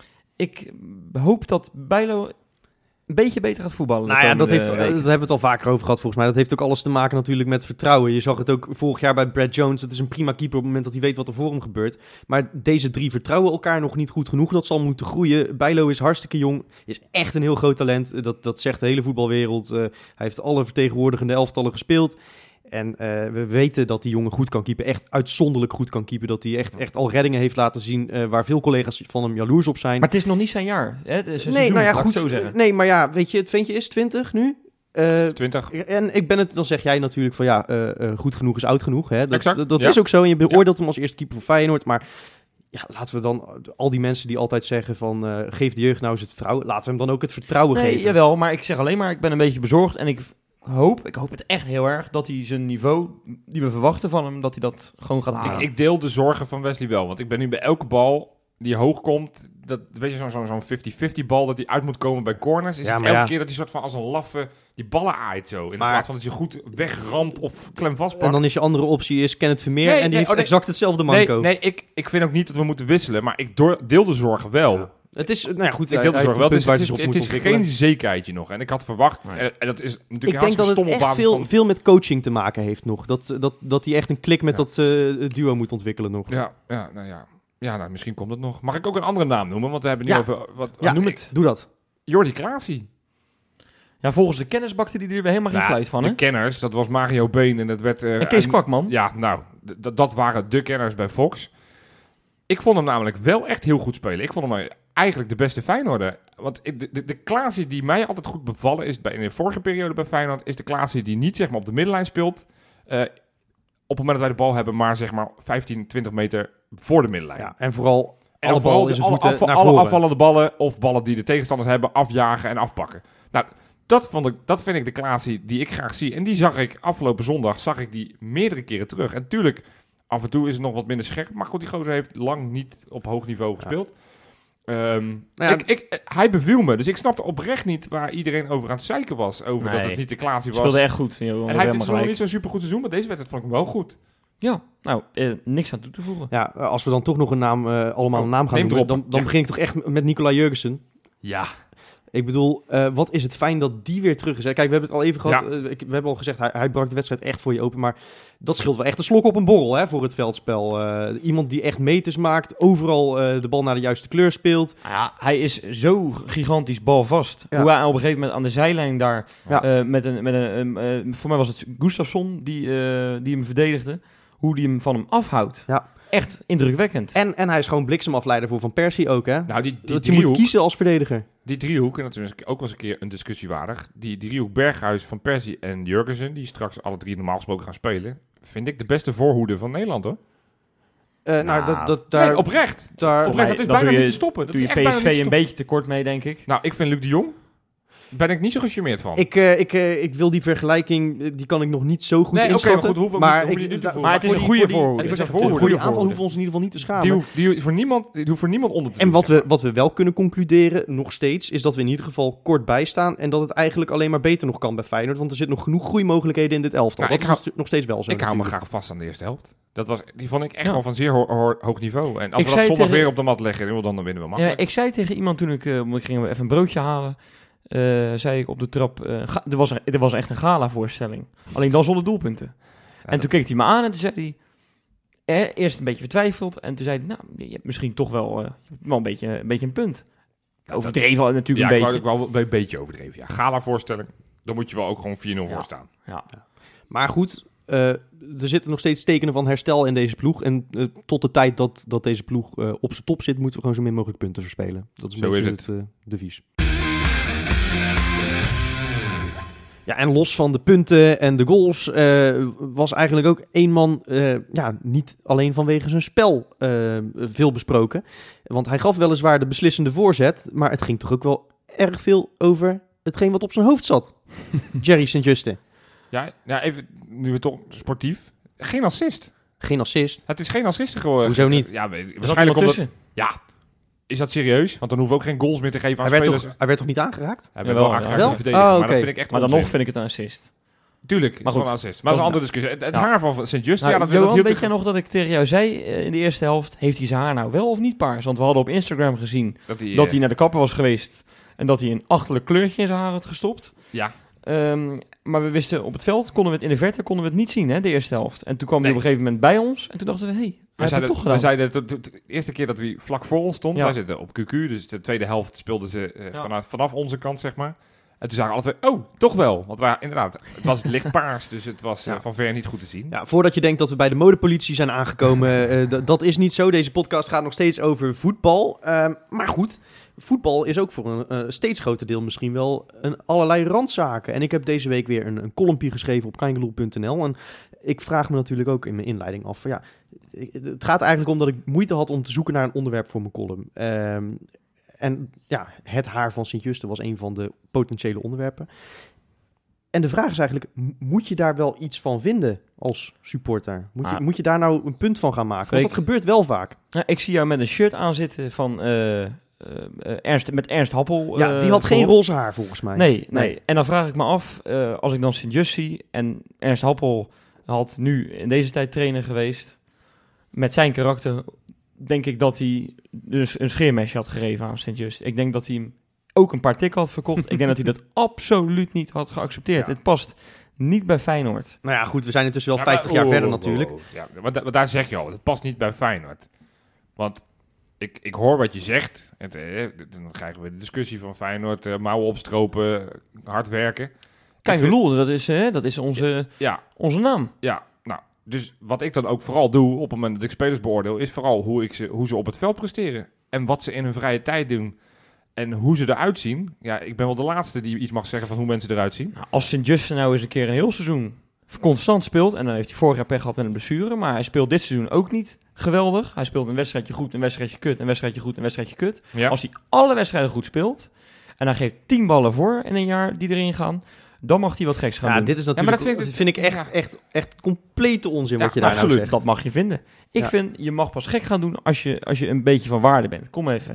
[SPEAKER 3] ik hoop dat Bijlo een beetje beter gaat voetballen.
[SPEAKER 2] Nou ja, dat, heeft, uh, dat hebben we het al vaker over gehad volgens mij. Dat heeft ook alles te maken natuurlijk met vertrouwen. Je zag het ook vorig jaar bij Brad Jones. Het is een prima keeper op het moment dat hij weet wat er voor hem gebeurt. Maar deze drie vertrouwen elkaar nog niet goed genoeg. Dat zal moeten groeien. Bijlo is hartstikke jong. Is echt een heel groot talent. Dat, dat zegt de hele voetbalwereld. Uh, hij heeft alle vertegenwoordigende elftallen gespeeld. En uh, we weten dat die jongen goed kan keepen. Echt uitzonderlijk goed kan keepen. Dat hij echt, echt al reddingen heeft laten zien uh, waar veel collega's van hem jaloers op zijn.
[SPEAKER 3] Maar het is nog niet zijn jaar. Hè? Het is een
[SPEAKER 2] nee,
[SPEAKER 3] seizoen,
[SPEAKER 2] nou ja, goed,
[SPEAKER 3] zo zeggen.
[SPEAKER 2] Nee, maar ja, weet je, het ventje is twintig nu. Uh,
[SPEAKER 1] twintig.
[SPEAKER 2] En ik ben het, dan zeg jij natuurlijk van ja, uh, uh, goed genoeg is oud genoeg. Hè? Dat,
[SPEAKER 1] exact,
[SPEAKER 2] dat, dat
[SPEAKER 1] ja.
[SPEAKER 2] is ook zo. En je beoordeelt ja. hem als eerste keeper van Feyenoord. Maar ja, laten we dan al die mensen die altijd zeggen van uh, geef de jeugd nou eens het vertrouwen. Laten we hem dan ook het vertrouwen
[SPEAKER 3] nee,
[SPEAKER 2] geven.
[SPEAKER 3] Jawel, maar ik zeg alleen maar, ik ben een beetje bezorgd. En ik hoop, ik hoop het echt heel erg, dat hij zijn niveau die we verwachten van hem, dat hij dat gewoon gaat halen.
[SPEAKER 1] Ik, ik deel de zorgen van Wesley wel. Want ik ben nu bij elke bal die hoog komt, dat, weet je, zo'n zo'n zo'n vijftig-vijftig bal dat die uit moet komen bij corners. Is
[SPEAKER 2] ja,
[SPEAKER 1] het elke
[SPEAKER 2] ja.
[SPEAKER 1] keer dat hij soort van als een laffe die ballen aait zo. In
[SPEAKER 2] maar,
[SPEAKER 1] plaats van dat je goed wegramt of klem vastpakt.
[SPEAKER 2] En dan is je andere optie is Kenneth Vermeer.
[SPEAKER 1] Nee,
[SPEAKER 2] en die
[SPEAKER 1] nee,
[SPEAKER 2] heeft
[SPEAKER 1] oh, nee.
[SPEAKER 2] exact hetzelfde manco.
[SPEAKER 1] Nee, nee ik, ik vind ook niet dat we moeten wisselen. Maar ik door, deel de zorgen wel.
[SPEAKER 2] Ja. Het is, nou ja, goed,
[SPEAKER 1] ik deel de zorgen wel. Het is, het is, het is
[SPEAKER 2] geen
[SPEAKER 1] geen zekerheidje nog. En ik had verwacht, nee. en, en dat is natuurlijk
[SPEAKER 2] ik denk dat het echt veel,
[SPEAKER 1] van...
[SPEAKER 2] veel met coaching te maken heeft nog. Dat, dat, dat hij echt een klik met ja. dat uh, duo moet ontwikkelen nog.
[SPEAKER 1] Ja, ja, nou ja. Ja, nou, misschien komt het nog. Mag ik ook een andere naam noemen? Want we hebben nu
[SPEAKER 2] ja.
[SPEAKER 1] over... Wat,
[SPEAKER 2] ja,
[SPEAKER 1] noem
[SPEAKER 2] het. Doe dat.
[SPEAKER 1] Jordi Klaasie.
[SPEAKER 3] Ja, volgens de kennis bakte die er weer helemaal geen
[SPEAKER 1] nou,
[SPEAKER 3] fluit van,
[SPEAKER 1] de
[SPEAKER 3] hè?
[SPEAKER 1] kenners, dat was Mario Been en dat werd... Uh,
[SPEAKER 3] en Kees Kwakman.
[SPEAKER 1] Ja, nou, d- dat waren de kenners bij Fox. Ik vond hem namelijk wel echt heel goed spelen. Ik vond hem eigenlijk de beste Feyenoorder. Want ik, de, de, de Klaasie die mij altijd goed bevallen is bij, in de vorige periode bij Feyenoord, is de Klaasie die niet zeg maar op de middenlijn speelt. Uh, op het moment dat wij de bal hebben, maar zeg maar vijftien, twintig meter voor de middenlijn.
[SPEAKER 2] Ja, en vooral
[SPEAKER 1] en
[SPEAKER 2] alle
[SPEAKER 1] vooral
[SPEAKER 2] bal in zijn voeten
[SPEAKER 1] afval,
[SPEAKER 2] naar
[SPEAKER 1] alle
[SPEAKER 2] voren.
[SPEAKER 1] afvallende ballen of ballen die de tegenstanders hebben afjagen en afpakken. Nou, dat, vond ik, dat vind ik de Klaasie die ik graag zie. En die zag ik afgelopen zondag, zag ik die meerdere keren terug. En natuurlijk, af en toe is het nog wat minder scherp. Maar goed, die gozer heeft lang niet op hoog niveau gespeeld. Um,
[SPEAKER 2] Nou ja,
[SPEAKER 1] ik, ik, hij beviel me, dus ik snapte oprecht niet waar iedereen over aan het zeiken was. Over
[SPEAKER 3] Nee.
[SPEAKER 1] dat het niet de Klaasie was.
[SPEAKER 3] Speelde echt goed. Joh,
[SPEAKER 1] en hij heeft
[SPEAKER 3] helemaal
[SPEAKER 1] dit seizoen
[SPEAKER 3] gelijk.
[SPEAKER 1] niet zo'n supergoed seizoen, maar deze wedstrijd vond ik hem wel goed.
[SPEAKER 3] Ja, nou, eh, niks aan toe te voegen.
[SPEAKER 2] Ja, als we dan toch nog een naam, uh, allemaal een naam gaan
[SPEAKER 1] Neem
[SPEAKER 2] noemen,
[SPEAKER 1] erop.
[SPEAKER 2] dan, dan
[SPEAKER 1] Ja.
[SPEAKER 2] begin ik toch echt met Nicola Jurgensen.
[SPEAKER 1] Ja.
[SPEAKER 2] Ik bedoel, uh, wat is het fijn dat die weer terug is. Hè? Kijk, we hebben het al even gehad.
[SPEAKER 1] Ja.
[SPEAKER 2] Uh, ik, we hebben al gezegd, hij, hij brak de wedstrijd echt voor je open. Maar dat scheelt wel echt een slok op een borrel hè, voor het veldspel. Uh, iemand die echt meters maakt. Overal uh, de bal naar de juiste kleur speelt.
[SPEAKER 3] Nou ja, hij is zo gigantisch balvast.
[SPEAKER 2] Ja.
[SPEAKER 3] Hoe hij op een gegeven moment aan de zijlijn daar...
[SPEAKER 2] Ja.
[SPEAKER 3] Uh, met een, met een, uh, voor mij was het Gustafsson die, uh, die hem verdedigde. Hoe die hem van hem afhoudt.
[SPEAKER 2] Ja.
[SPEAKER 3] Echt indrukwekkend.
[SPEAKER 2] En, en hij is gewoon bliksemafleider voor Van Persie ook. Hè?
[SPEAKER 1] Nou, die, die
[SPEAKER 2] dat je moet
[SPEAKER 1] driehoek,
[SPEAKER 2] kiezen als verdediger.
[SPEAKER 1] die driehoek, en dat is ook wel eens een keer een discussie waardig. Die driehoek Berghuis, Van Persie en Jurgensen, die straks alle drie normaal gesproken gaan spelen, vind ik de beste voorhoede van Nederland, hoor.
[SPEAKER 2] Uh, nou,
[SPEAKER 3] Nou,
[SPEAKER 2] dat, dat, daar,
[SPEAKER 1] Nee, oprecht.
[SPEAKER 2] daar,
[SPEAKER 1] Oprecht, dat is
[SPEAKER 3] dan
[SPEAKER 1] bijna
[SPEAKER 3] doe je-
[SPEAKER 1] niet te stoppen. Dat
[SPEAKER 3] Doe
[SPEAKER 1] is
[SPEAKER 3] je
[SPEAKER 1] echt bijna
[SPEAKER 3] P S
[SPEAKER 1] niet
[SPEAKER 3] V
[SPEAKER 1] te
[SPEAKER 3] een
[SPEAKER 1] stoppen.
[SPEAKER 3] beetje tekort mee, denk ik.
[SPEAKER 1] Nou, ik vind Luc de Jong, ben ik niet zo gecharmeerd van.
[SPEAKER 2] Ik, uh, ik, uh, ik wil die vergelijking, uh, die kan ik nog niet zo goed
[SPEAKER 1] Nee, oké,
[SPEAKER 2] inschatten.
[SPEAKER 1] maar goed, hoeven we-
[SPEAKER 2] maar
[SPEAKER 1] hoeven we
[SPEAKER 2] ik-
[SPEAKER 1] niet toe te
[SPEAKER 2] da-
[SPEAKER 1] voegen.
[SPEAKER 3] Maar het is
[SPEAKER 2] voor
[SPEAKER 3] een
[SPEAKER 2] die-
[SPEAKER 3] goede
[SPEAKER 2] voor die-
[SPEAKER 3] voorhoede.
[SPEAKER 2] ik
[SPEAKER 3] Het
[SPEAKER 2] wil
[SPEAKER 3] is
[SPEAKER 2] zeggen,
[SPEAKER 3] echt een
[SPEAKER 2] Voor die
[SPEAKER 3] goede
[SPEAKER 2] aanval
[SPEAKER 3] voorhoede.
[SPEAKER 2] hoeven we ons in ieder geval niet te schamen.
[SPEAKER 1] die hoeft, die hoeft voor niemand, die hoeft voor niemand onder te
[SPEAKER 2] En
[SPEAKER 1] doen,
[SPEAKER 2] wat
[SPEAKER 1] zeg
[SPEAKER 2] we, wat we wel kunnen concluderen, nog steeds, is dat we in ieder geval kort bijstaan. En dat het eigenlijk alleen maar beter nog kan bij Feyenoord. Want er zit nog genoeg groeimogelijkheden in dit elftal.
[SPEAKER 1] Nou,
[SPEAKER 2] dat
[SPEAKER 1] ik
[SPEAKER 2] is stu- nog steeds wel zo.
[SPEAKER 1] Ik hou me
[SPEAKER 2] natuurlijk.
[SPEAKER 1] graag vast aan de eerste helft. Dat was, die vond ik echt
[SPEAKER 3] Ja.
[SPEAKER 1] wel van zeer ho- ho- hoog niveau. En als
[SPEAKER 3] Ik
[SPEAKER 1] we dat
[SPEAKER 3] zei
[SPEAKER 1] zondag
[SPEAKER 3] tegen-
[SPEAKER 1] weer op de mat leggen, dan winnen we
[SPEAKER 3] Ja,
[SPEAKER 1] makkelijk.
[SPEAKER 3] ik zei tegen iemand toen ik, uh, ik ging even een broodje halen, uh, zei ik op de trap, uh, ga, er, was, er was echt een gala-voorstelling. Alleen dan zonder doelpunten.
[SPEAKER 1] Ja,
[SPEAKER 3] en
[SPEAKER 1] dat-
[SPEAKER 3] toen keek hij me aan en toen zei hij, eh, eerst een beetje vertwijfeld. En toen zei hij, nou, je hebt misschien toch wel, uh, wel een, beetje, een beetje een punt. Overdreven al natuurlijk
[SPEAKER 1] ja,
[SPEAKER 3] een
[SPEAKER 1] ik
[SPEAKER 3] beetje.
[SPEAKER 1] wou, ik wou een beetje overdreven. Ja, gala-voorstelling, dan moet je wel ook gewoon vier nul
[SPEAKER 3] Ja.
[SPEAKER 1] voor staan.
[SPEAKER 3] Ja.
[SPEAKER 2] Maar goed, uh, er zitten nog steeds tekenen van herstel in deze ploeg. En uh, tot de tijd dat, dat deze ploeg uh, op zijn top zit, moeten we gewoon zo min mogelijk punten verspelen. Dat is een
[SPEAKER 1] Zo
[SPEAKER 2] beetje
[SPEAKER 1] is
[SPEAKER 2] het, uh, devies. Ja, en los van de punten en de goals uh, was eigenlijk ook één man uh, ja, niet alleen vanwege zijn spel uh, veel besproken. Want hij gaf weliswaar de beslissende voorzet, maar het ging toch ook wel erg veel over hetgeen wat op zijn hoofd zat. Jerry Sint-Juste.
[SPEAKER 1] Ja, ja, even, nu we toch sportief. Geen assist.
[SPEAKER 2] Geen assist.
[SPEAKER 1] Het is geen assist geworden.
[SPEAKER 2] Hoezo niet?
[SPEAKER 1] Ja,
[SPEAKER 3] Er zat
[SPEAKER 1] waarschijnlijk
[SPEAKER 3] iemand
[SPEAKER 1] omdat...
[SPEAKER 3] tussen.
[SPEAKER 1] Ja, is dat serieus? Want dan hoeven we ook geen goals meer te geven aan
[SPEAKER 2] Hij werd,
[SPEAKER 1] spelers.
[SPEAKER 2] toch, hij werd toch niet aangeraakt?
[SPEAKER 1] Hij werd
[SPEAKER 3] Jawel,
[SPEAKER 1] wel
[SPEAKER 3] ja.
[SPEAKER 1] aangeraakt
[SPEAKER 2] Wel?
[SPEAKER 1] door de verdediger,
[SPEAKER 2] Oh,
[SPEAKER 1] maar dat
[SPEAKER 2] oké.
[SPEAKER 1] vind ik echt
[SPEAKER 3] Maar dan
[SPEAKER 1] onzin.
[SPEAKER 3] nog vind ik het een assist.
[SPEAKER 1] Tuurlijk,
[SPEAKER 3] Maar
[SPEAKER 1] is wel
[SPEAKER 3] goed.
[SPEAKER 1] een assist. Maar dat is een
[SPEAKER 3] Dat-
[SPEAKER 1] andere discussie. Het, het
[SPEAKER 3] Ja.
[SPEAKER 1] haar van Sint-Just,
[SPEAKER 3] Nou,
[SPEAKER 1] ja, dat,
[SPEAKER 3] Johan,
[SPEAKER 1] dat hield
[SPEAKER 3] weet
[SPEAKER 1] ik...
[SPEAKER 3] jij nog dat ik tegen jou zei uh, in de eerste helft, heeft hij zijn haar nou wel of niet paars? Want we hadden op Instagram gezien
[SPEAKER 1] Dat hij,
[SPEAKER 3] dat
[SPEAKER 1] eh,
[SPEAKER 3] hij naar de kapper was geweest en dat hij een achterlijk kleurtje in zijn haar had gestopt.
[SPEAKER 1] Ja.
[SPEAKER 3] Um, maar we wisten op het veld, konden we het in de verte konden we het niet zien, hè, de eerste helft. En toen kwam hij
[SPEAKER 1] Nee.
[SPEAKER 3] op een gegeven moment bij ons en toen dachten we, hé, hey, hij
[SPEAKER 1] We
[SPEAKER 3] heeft het
[SPEAKER 1] zeiden,
[SPEAKER 3] toch gedaan.
[SPEAKER 1] we zeiden de, de- de- de eerste keer dat hij vlak voor ons stond,
[SPEAKER 3] Ja.
[SPEAKER 1] wij zitten op Q Q, dus de tweede helft speelden ze eh,
[SPEAKER 3] Ja.
[SPEAKER 1] vanaf, vanaf onze kant, zeg maar. En toen zagen alle twee, oh, toch wel. Want wij, inderdaad, het was licht paars, dus het was
[SPEAKER 2] Ja.
[SPEAKER 1] eh, van ver niet goed te zien.
[SPEAKER 2] Ja, voordat je denkt dat we bij de modepolitie zijn aangekomen, uh, d- dat is niet zo. Deze podcast gaat nog steeds over voetbal. Uh, maar goed, voetbal is ook voor een uh, steeds groter deel misschien wel een allerlei randzaken. En ik heb deze week weer een, een columnpje geschreven op kaingeloel punt n l. En ik vraag me natuurlijk ook in mijn inleiding af van ja, ik- het gaat eigenlijk om dat ik moeite had om te zoeken naar een onderwerp voor mijn column. Um, en ja, het haar van Sint-Juste was een van de potentiële onderwerpen. En de vraag is eigenlijk, m- moet je daar wel iets van vinden als supporter? Moet je,
[SPEAKER 3] Ah.
[SPEAKER 2] moet je daar nou een punt van gaan maken?
[SPEAKER 3] Freek.
[SPEAKER 2] Want dat gebeurt wel vaak.
[SPEAKER 3] Ja, ik zie jou met een shirt aanzitten van uh, uh, uh, Ernst, met Ernst Happel.
[SPEAKER 2] Ja,
[SPEAKER 3] uh,
[SPEAKER 2] die had geen
[SPEAKER 3] voorop.
[SPEAKER 2] roze haar volgens mij.
[SPEAKER 3] Nee, nee,
[SPEAKER 2] Nee.
[SPEAKER 3] En dan vraag ik me af, uh, als ik dan Sint-Just zie en Ernst Happel had nu in deze tijd trainer geweest, met zijn karakter denk ik dat hij dus een scheermesje had gegeven aan Sint-Just. Ik denk dat hij hem ook een paar tikken had verkocht. Ik denk dat hij dat absoluut niet had geaccepteerd.
[SPEAKER 2] Ja.
[SPEAKER 3] Het past niet bij Feyenoord.
[SPEAKER 2] Nou ja, goed, we zijn intussen wel
[SPEAKER 1] Ja, maar-
[SPEAKER 2] vijftig jaar
[SPEAKER 1] oh,
[SPEAKER 2] verder
[SPEAKER 1] oh,
[SPEAKER 2] natuurlijk.
[SPEAKER 1] oh, oh. Ja, maar, da- maar daar zeg je al, het past niet bij Feyenoord. Want ik, ik hoor wat je zegt. Het, eh, dan krijgen we de discussie van Feyenoord, eh, mouwen opstropen, hard werken.
[SPEAKER 3] Kijk,
[SPEAKER 1] Ik vind-
[SPEAKER 3] Loel, dat is, hè, dat is onze,
[SPEAKER 1] Ja,
[SPEAKER 3] onze naam.
[SPEAKER 1] ja, nou, dus wat ik dan ook vooral doe op het moment dat ik spelers beoordeel, is vooral hoe, ik ze, hoe ze op het veld presteren. En wat ze in hun vrije tijd doen. En hoe ze eruit zien. Ja, ik ben wel de laatste die iets mag zeggen van hoe mensen eruit zien.
[SPEAKER 3] Nou, als Sint-Just nou eens een keer een heel seizoen constant speelt, en dan heeft hij vorig jaar pech gehad met een blessure, maar hij speelt dit seizoen ook niet geweldig. Hij speelt een wedstrijdje goed, een wedstrijdje kut, een wedstrijdje goed, een wedstrijdje kut.
[SPEAKER 1] Ja.
[SPEAKER 3] Als hij alle wedstrijden goed speelt, en hij geeft tien ballen voor in een jaar die erin gaan, dan mag hij wat geks gaan
[SPEAKER 2] Ja,
[SPEAKER 3] doen.
[SPEAKER 2] dit is
[SPEAKER 1] maar
[SPEAKER 2] natuurlijk,
[SPEAKER 1] dat vind ik-
[SPEAKER 2] dat vind ik echt,
[SPEAKER 1] ja.
[SPEAKER 2] echt, echt complete onzin
[SPEAKER 1] Ja,
[SPEAKER 2] wat je daar nou
[SPEAKER 3] Absoluut,
[SPEAKER 2] zegt.
[SPEAKER 3] dat mag je vinden. Ik
[SPEAKER 2] Ja.
[SPEAKER 3] vind, je mag pas gek gaan doen als je, als je een beetje van waarde bent. Kom even.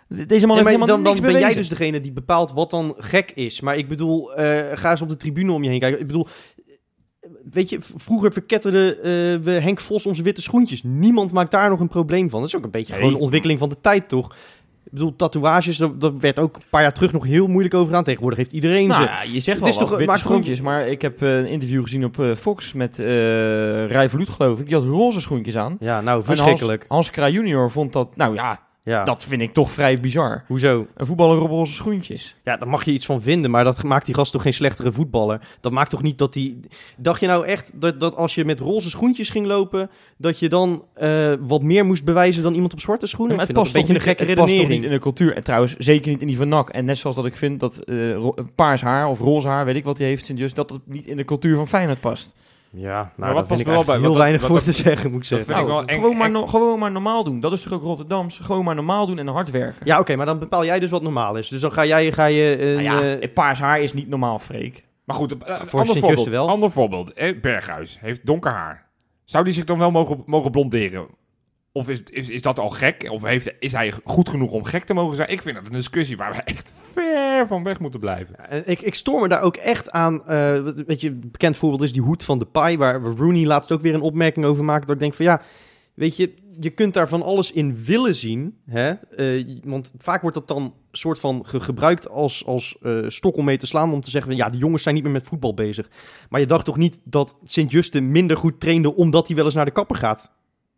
[SPEAKER 3] Deze man
[SPEAKER 2] Ja,
[SPEAKER 3] heeft
[SPEAKER 2] maar
[SPEAKER 3] helemaal
[SPEAKER 2] dan, dan
[SPEAKER 3] niks
[SPEAKER 2] ben jij
[SPEAKER 3] bewezen.
[SPEAKER 2] dus degene die bepaalt wat dan gek is. Maar ik bedoel, uh, ga eens op de tribune om je heen kijken. Ik bedoel, weet je, v- vroeger verketterden uh, we Henk Vos onze witte schoentjes. Niemand maakt daar nog een probleem van. Dat is ook een beetje
[SPEAKER 3] Nee.
[SPEAKER 2] gewoon een ontwikkeling van de tijd, toch? Ik bedoel, tatoeages, daar, daar werd ook een paar jaar terug nog heel moeilijk over aan. Tegenwoordig heeft iedereen
[SPEAKER 3] Nou
[SPEAKER 2] ze.
[SPEAKER 3] ja, je zegt
[SPEAKER 2] Het
[SPEAKER 3] wel
[SPEAKER 2] is
[SPEAKER 3] wat,
[SPEAKER 2] toch-
[SPEAKER 3] witte
[SPEAKER 2] maakt gewoon-
[SPEAKER 3] schoentjes, maar ik heb uh, een interview gezien op uh, Fox met uh, Rijvloed, geloof ik. Die had roze schoentjes aan.
[SPEAKER 2] Ja, nou,
[SPEAKER 3] En
[SPEAKER 2] verschrikkelijk.
[SPEAKER 3] Hans, Hans Kraaij junior vond dat, nou ja,
[SPEAKER 2] Ja.
[SPEAKER 3] dat vind ik toch vrij bizar.
[SPEAKER 2] Hoezo?
[SPEAKER 3] Een voetballer op roze schoentjes.
[SPEAKER 2] Ja, daar mag je iets van vinden, maar dat maakt die gast toch geen slechtere voetballer. Dat maakt toch niet dat die... Dacht je nou echt dat, dat als je met roze schoentjes ging lopen, dat je dan uh, wat meer moest bewijzen dan iemand op zwarte schoenen?
[SPEAKER 3] Maar
[SPEAKER 2] Ik
[SPEAKER 3] het
[SPEAKER 2] vind dat
[SPEAKER 3] past,
[SPEAKER 2] een
[SPEAKER 3] toch
[SPEAKER 2] beetje
[SPEAKER 3] niet,
[SPEAKER 2] een gekke
[SPEAKER 3] het past toch
[SPEAKER 2] redenering.
[SPEAKER 3] niet in de cultuur. En trouwens, zeker niet in die van N A C. En net zoals dat ik vind dat uh, ro- paars haar of roze haar, weet ik wat hij heeft, Sint-Just, dat het niet in de cultuur van Feyenoord past.
[SPEAKER 2] Ja, nou,
[SPEAKER 1] Maar
[SPEAKER 2] daar
[SPEAKER 1] wat
[SPEAKER 2] vind ik
[SPEAKER 1] past er wel
[SPEAKER 2] echt
[SPEAKER 1] bij?
[SPEAKER 2] heel
[SPEAKER 1] Want dat-
[SPEAKER 2] weinig
[SPEAKER 1] wat
[SPEAKER 2] voor
[SPEAKER 1] dat-
[SPEAKER 2] te zeggen, moet ik zeggen.
[SPEAKER 1] vind ik
[SPEAKER 3] Nou,
[SPEAKER 1] wel eng-
[SPEAKER 3] gewoon, maar
[SPEAKER 1] eng-
[SPEAKER 3] no- gewoon maar normaal doen. Dat is toch ook Rotterdams? Gewoon maar normaal doen en hard werken.
[SPEAKER 2] Ja, oké, maar dan bepaal jij dus wat normaal is. Dus dan ga jij, ga je een...
[SPEAKER 3] Nou ja,
[SPEAKER 2] eh,
[SPEAKER 3] paars haar is niet normaal, Freek.
[SPEAKER 1] Maar goed, uh,
[SPEAKER 2] Voor
[SPEAKER 1] ander
[SPEAKER 2] Sint-Juste
[SPEAKER 1] voorbeeld.
[SPEAKER 2] wel.
[SPEAKER 1] Ander voorbeeld. Eh, Berghuis heeft donker haar. Zou die zich dan wel mogen, mogen blonderen? Of is, is, is dat al gek? Of heeft, is hij goed genoeg om gek te mogen zijn? Ik vind dat een discussie waar we echt ver van weg moeten blijven.
[SPEAKER 2] Ja, ik, ik stoor me daar ook echt aan. Uh, weet je, een bekend voorbeeld is die hoed van Depay, waar Rooney laatst ook weer een opmerking over maakte. Dat ik denk van ja, weet je, je kunt daar van alles in willen zien. Hè? Uh, want vaak wordt dat dan soort van ge- gebruikt als, als uh, stok om mee te slaan. Om te zeggen van ja, de jongens zijn niet meer met voetbal bezig. Maar je dacht toch niet dat Sint-Juste minder goed trainde omdat hij wel eens naar de kapper gaat?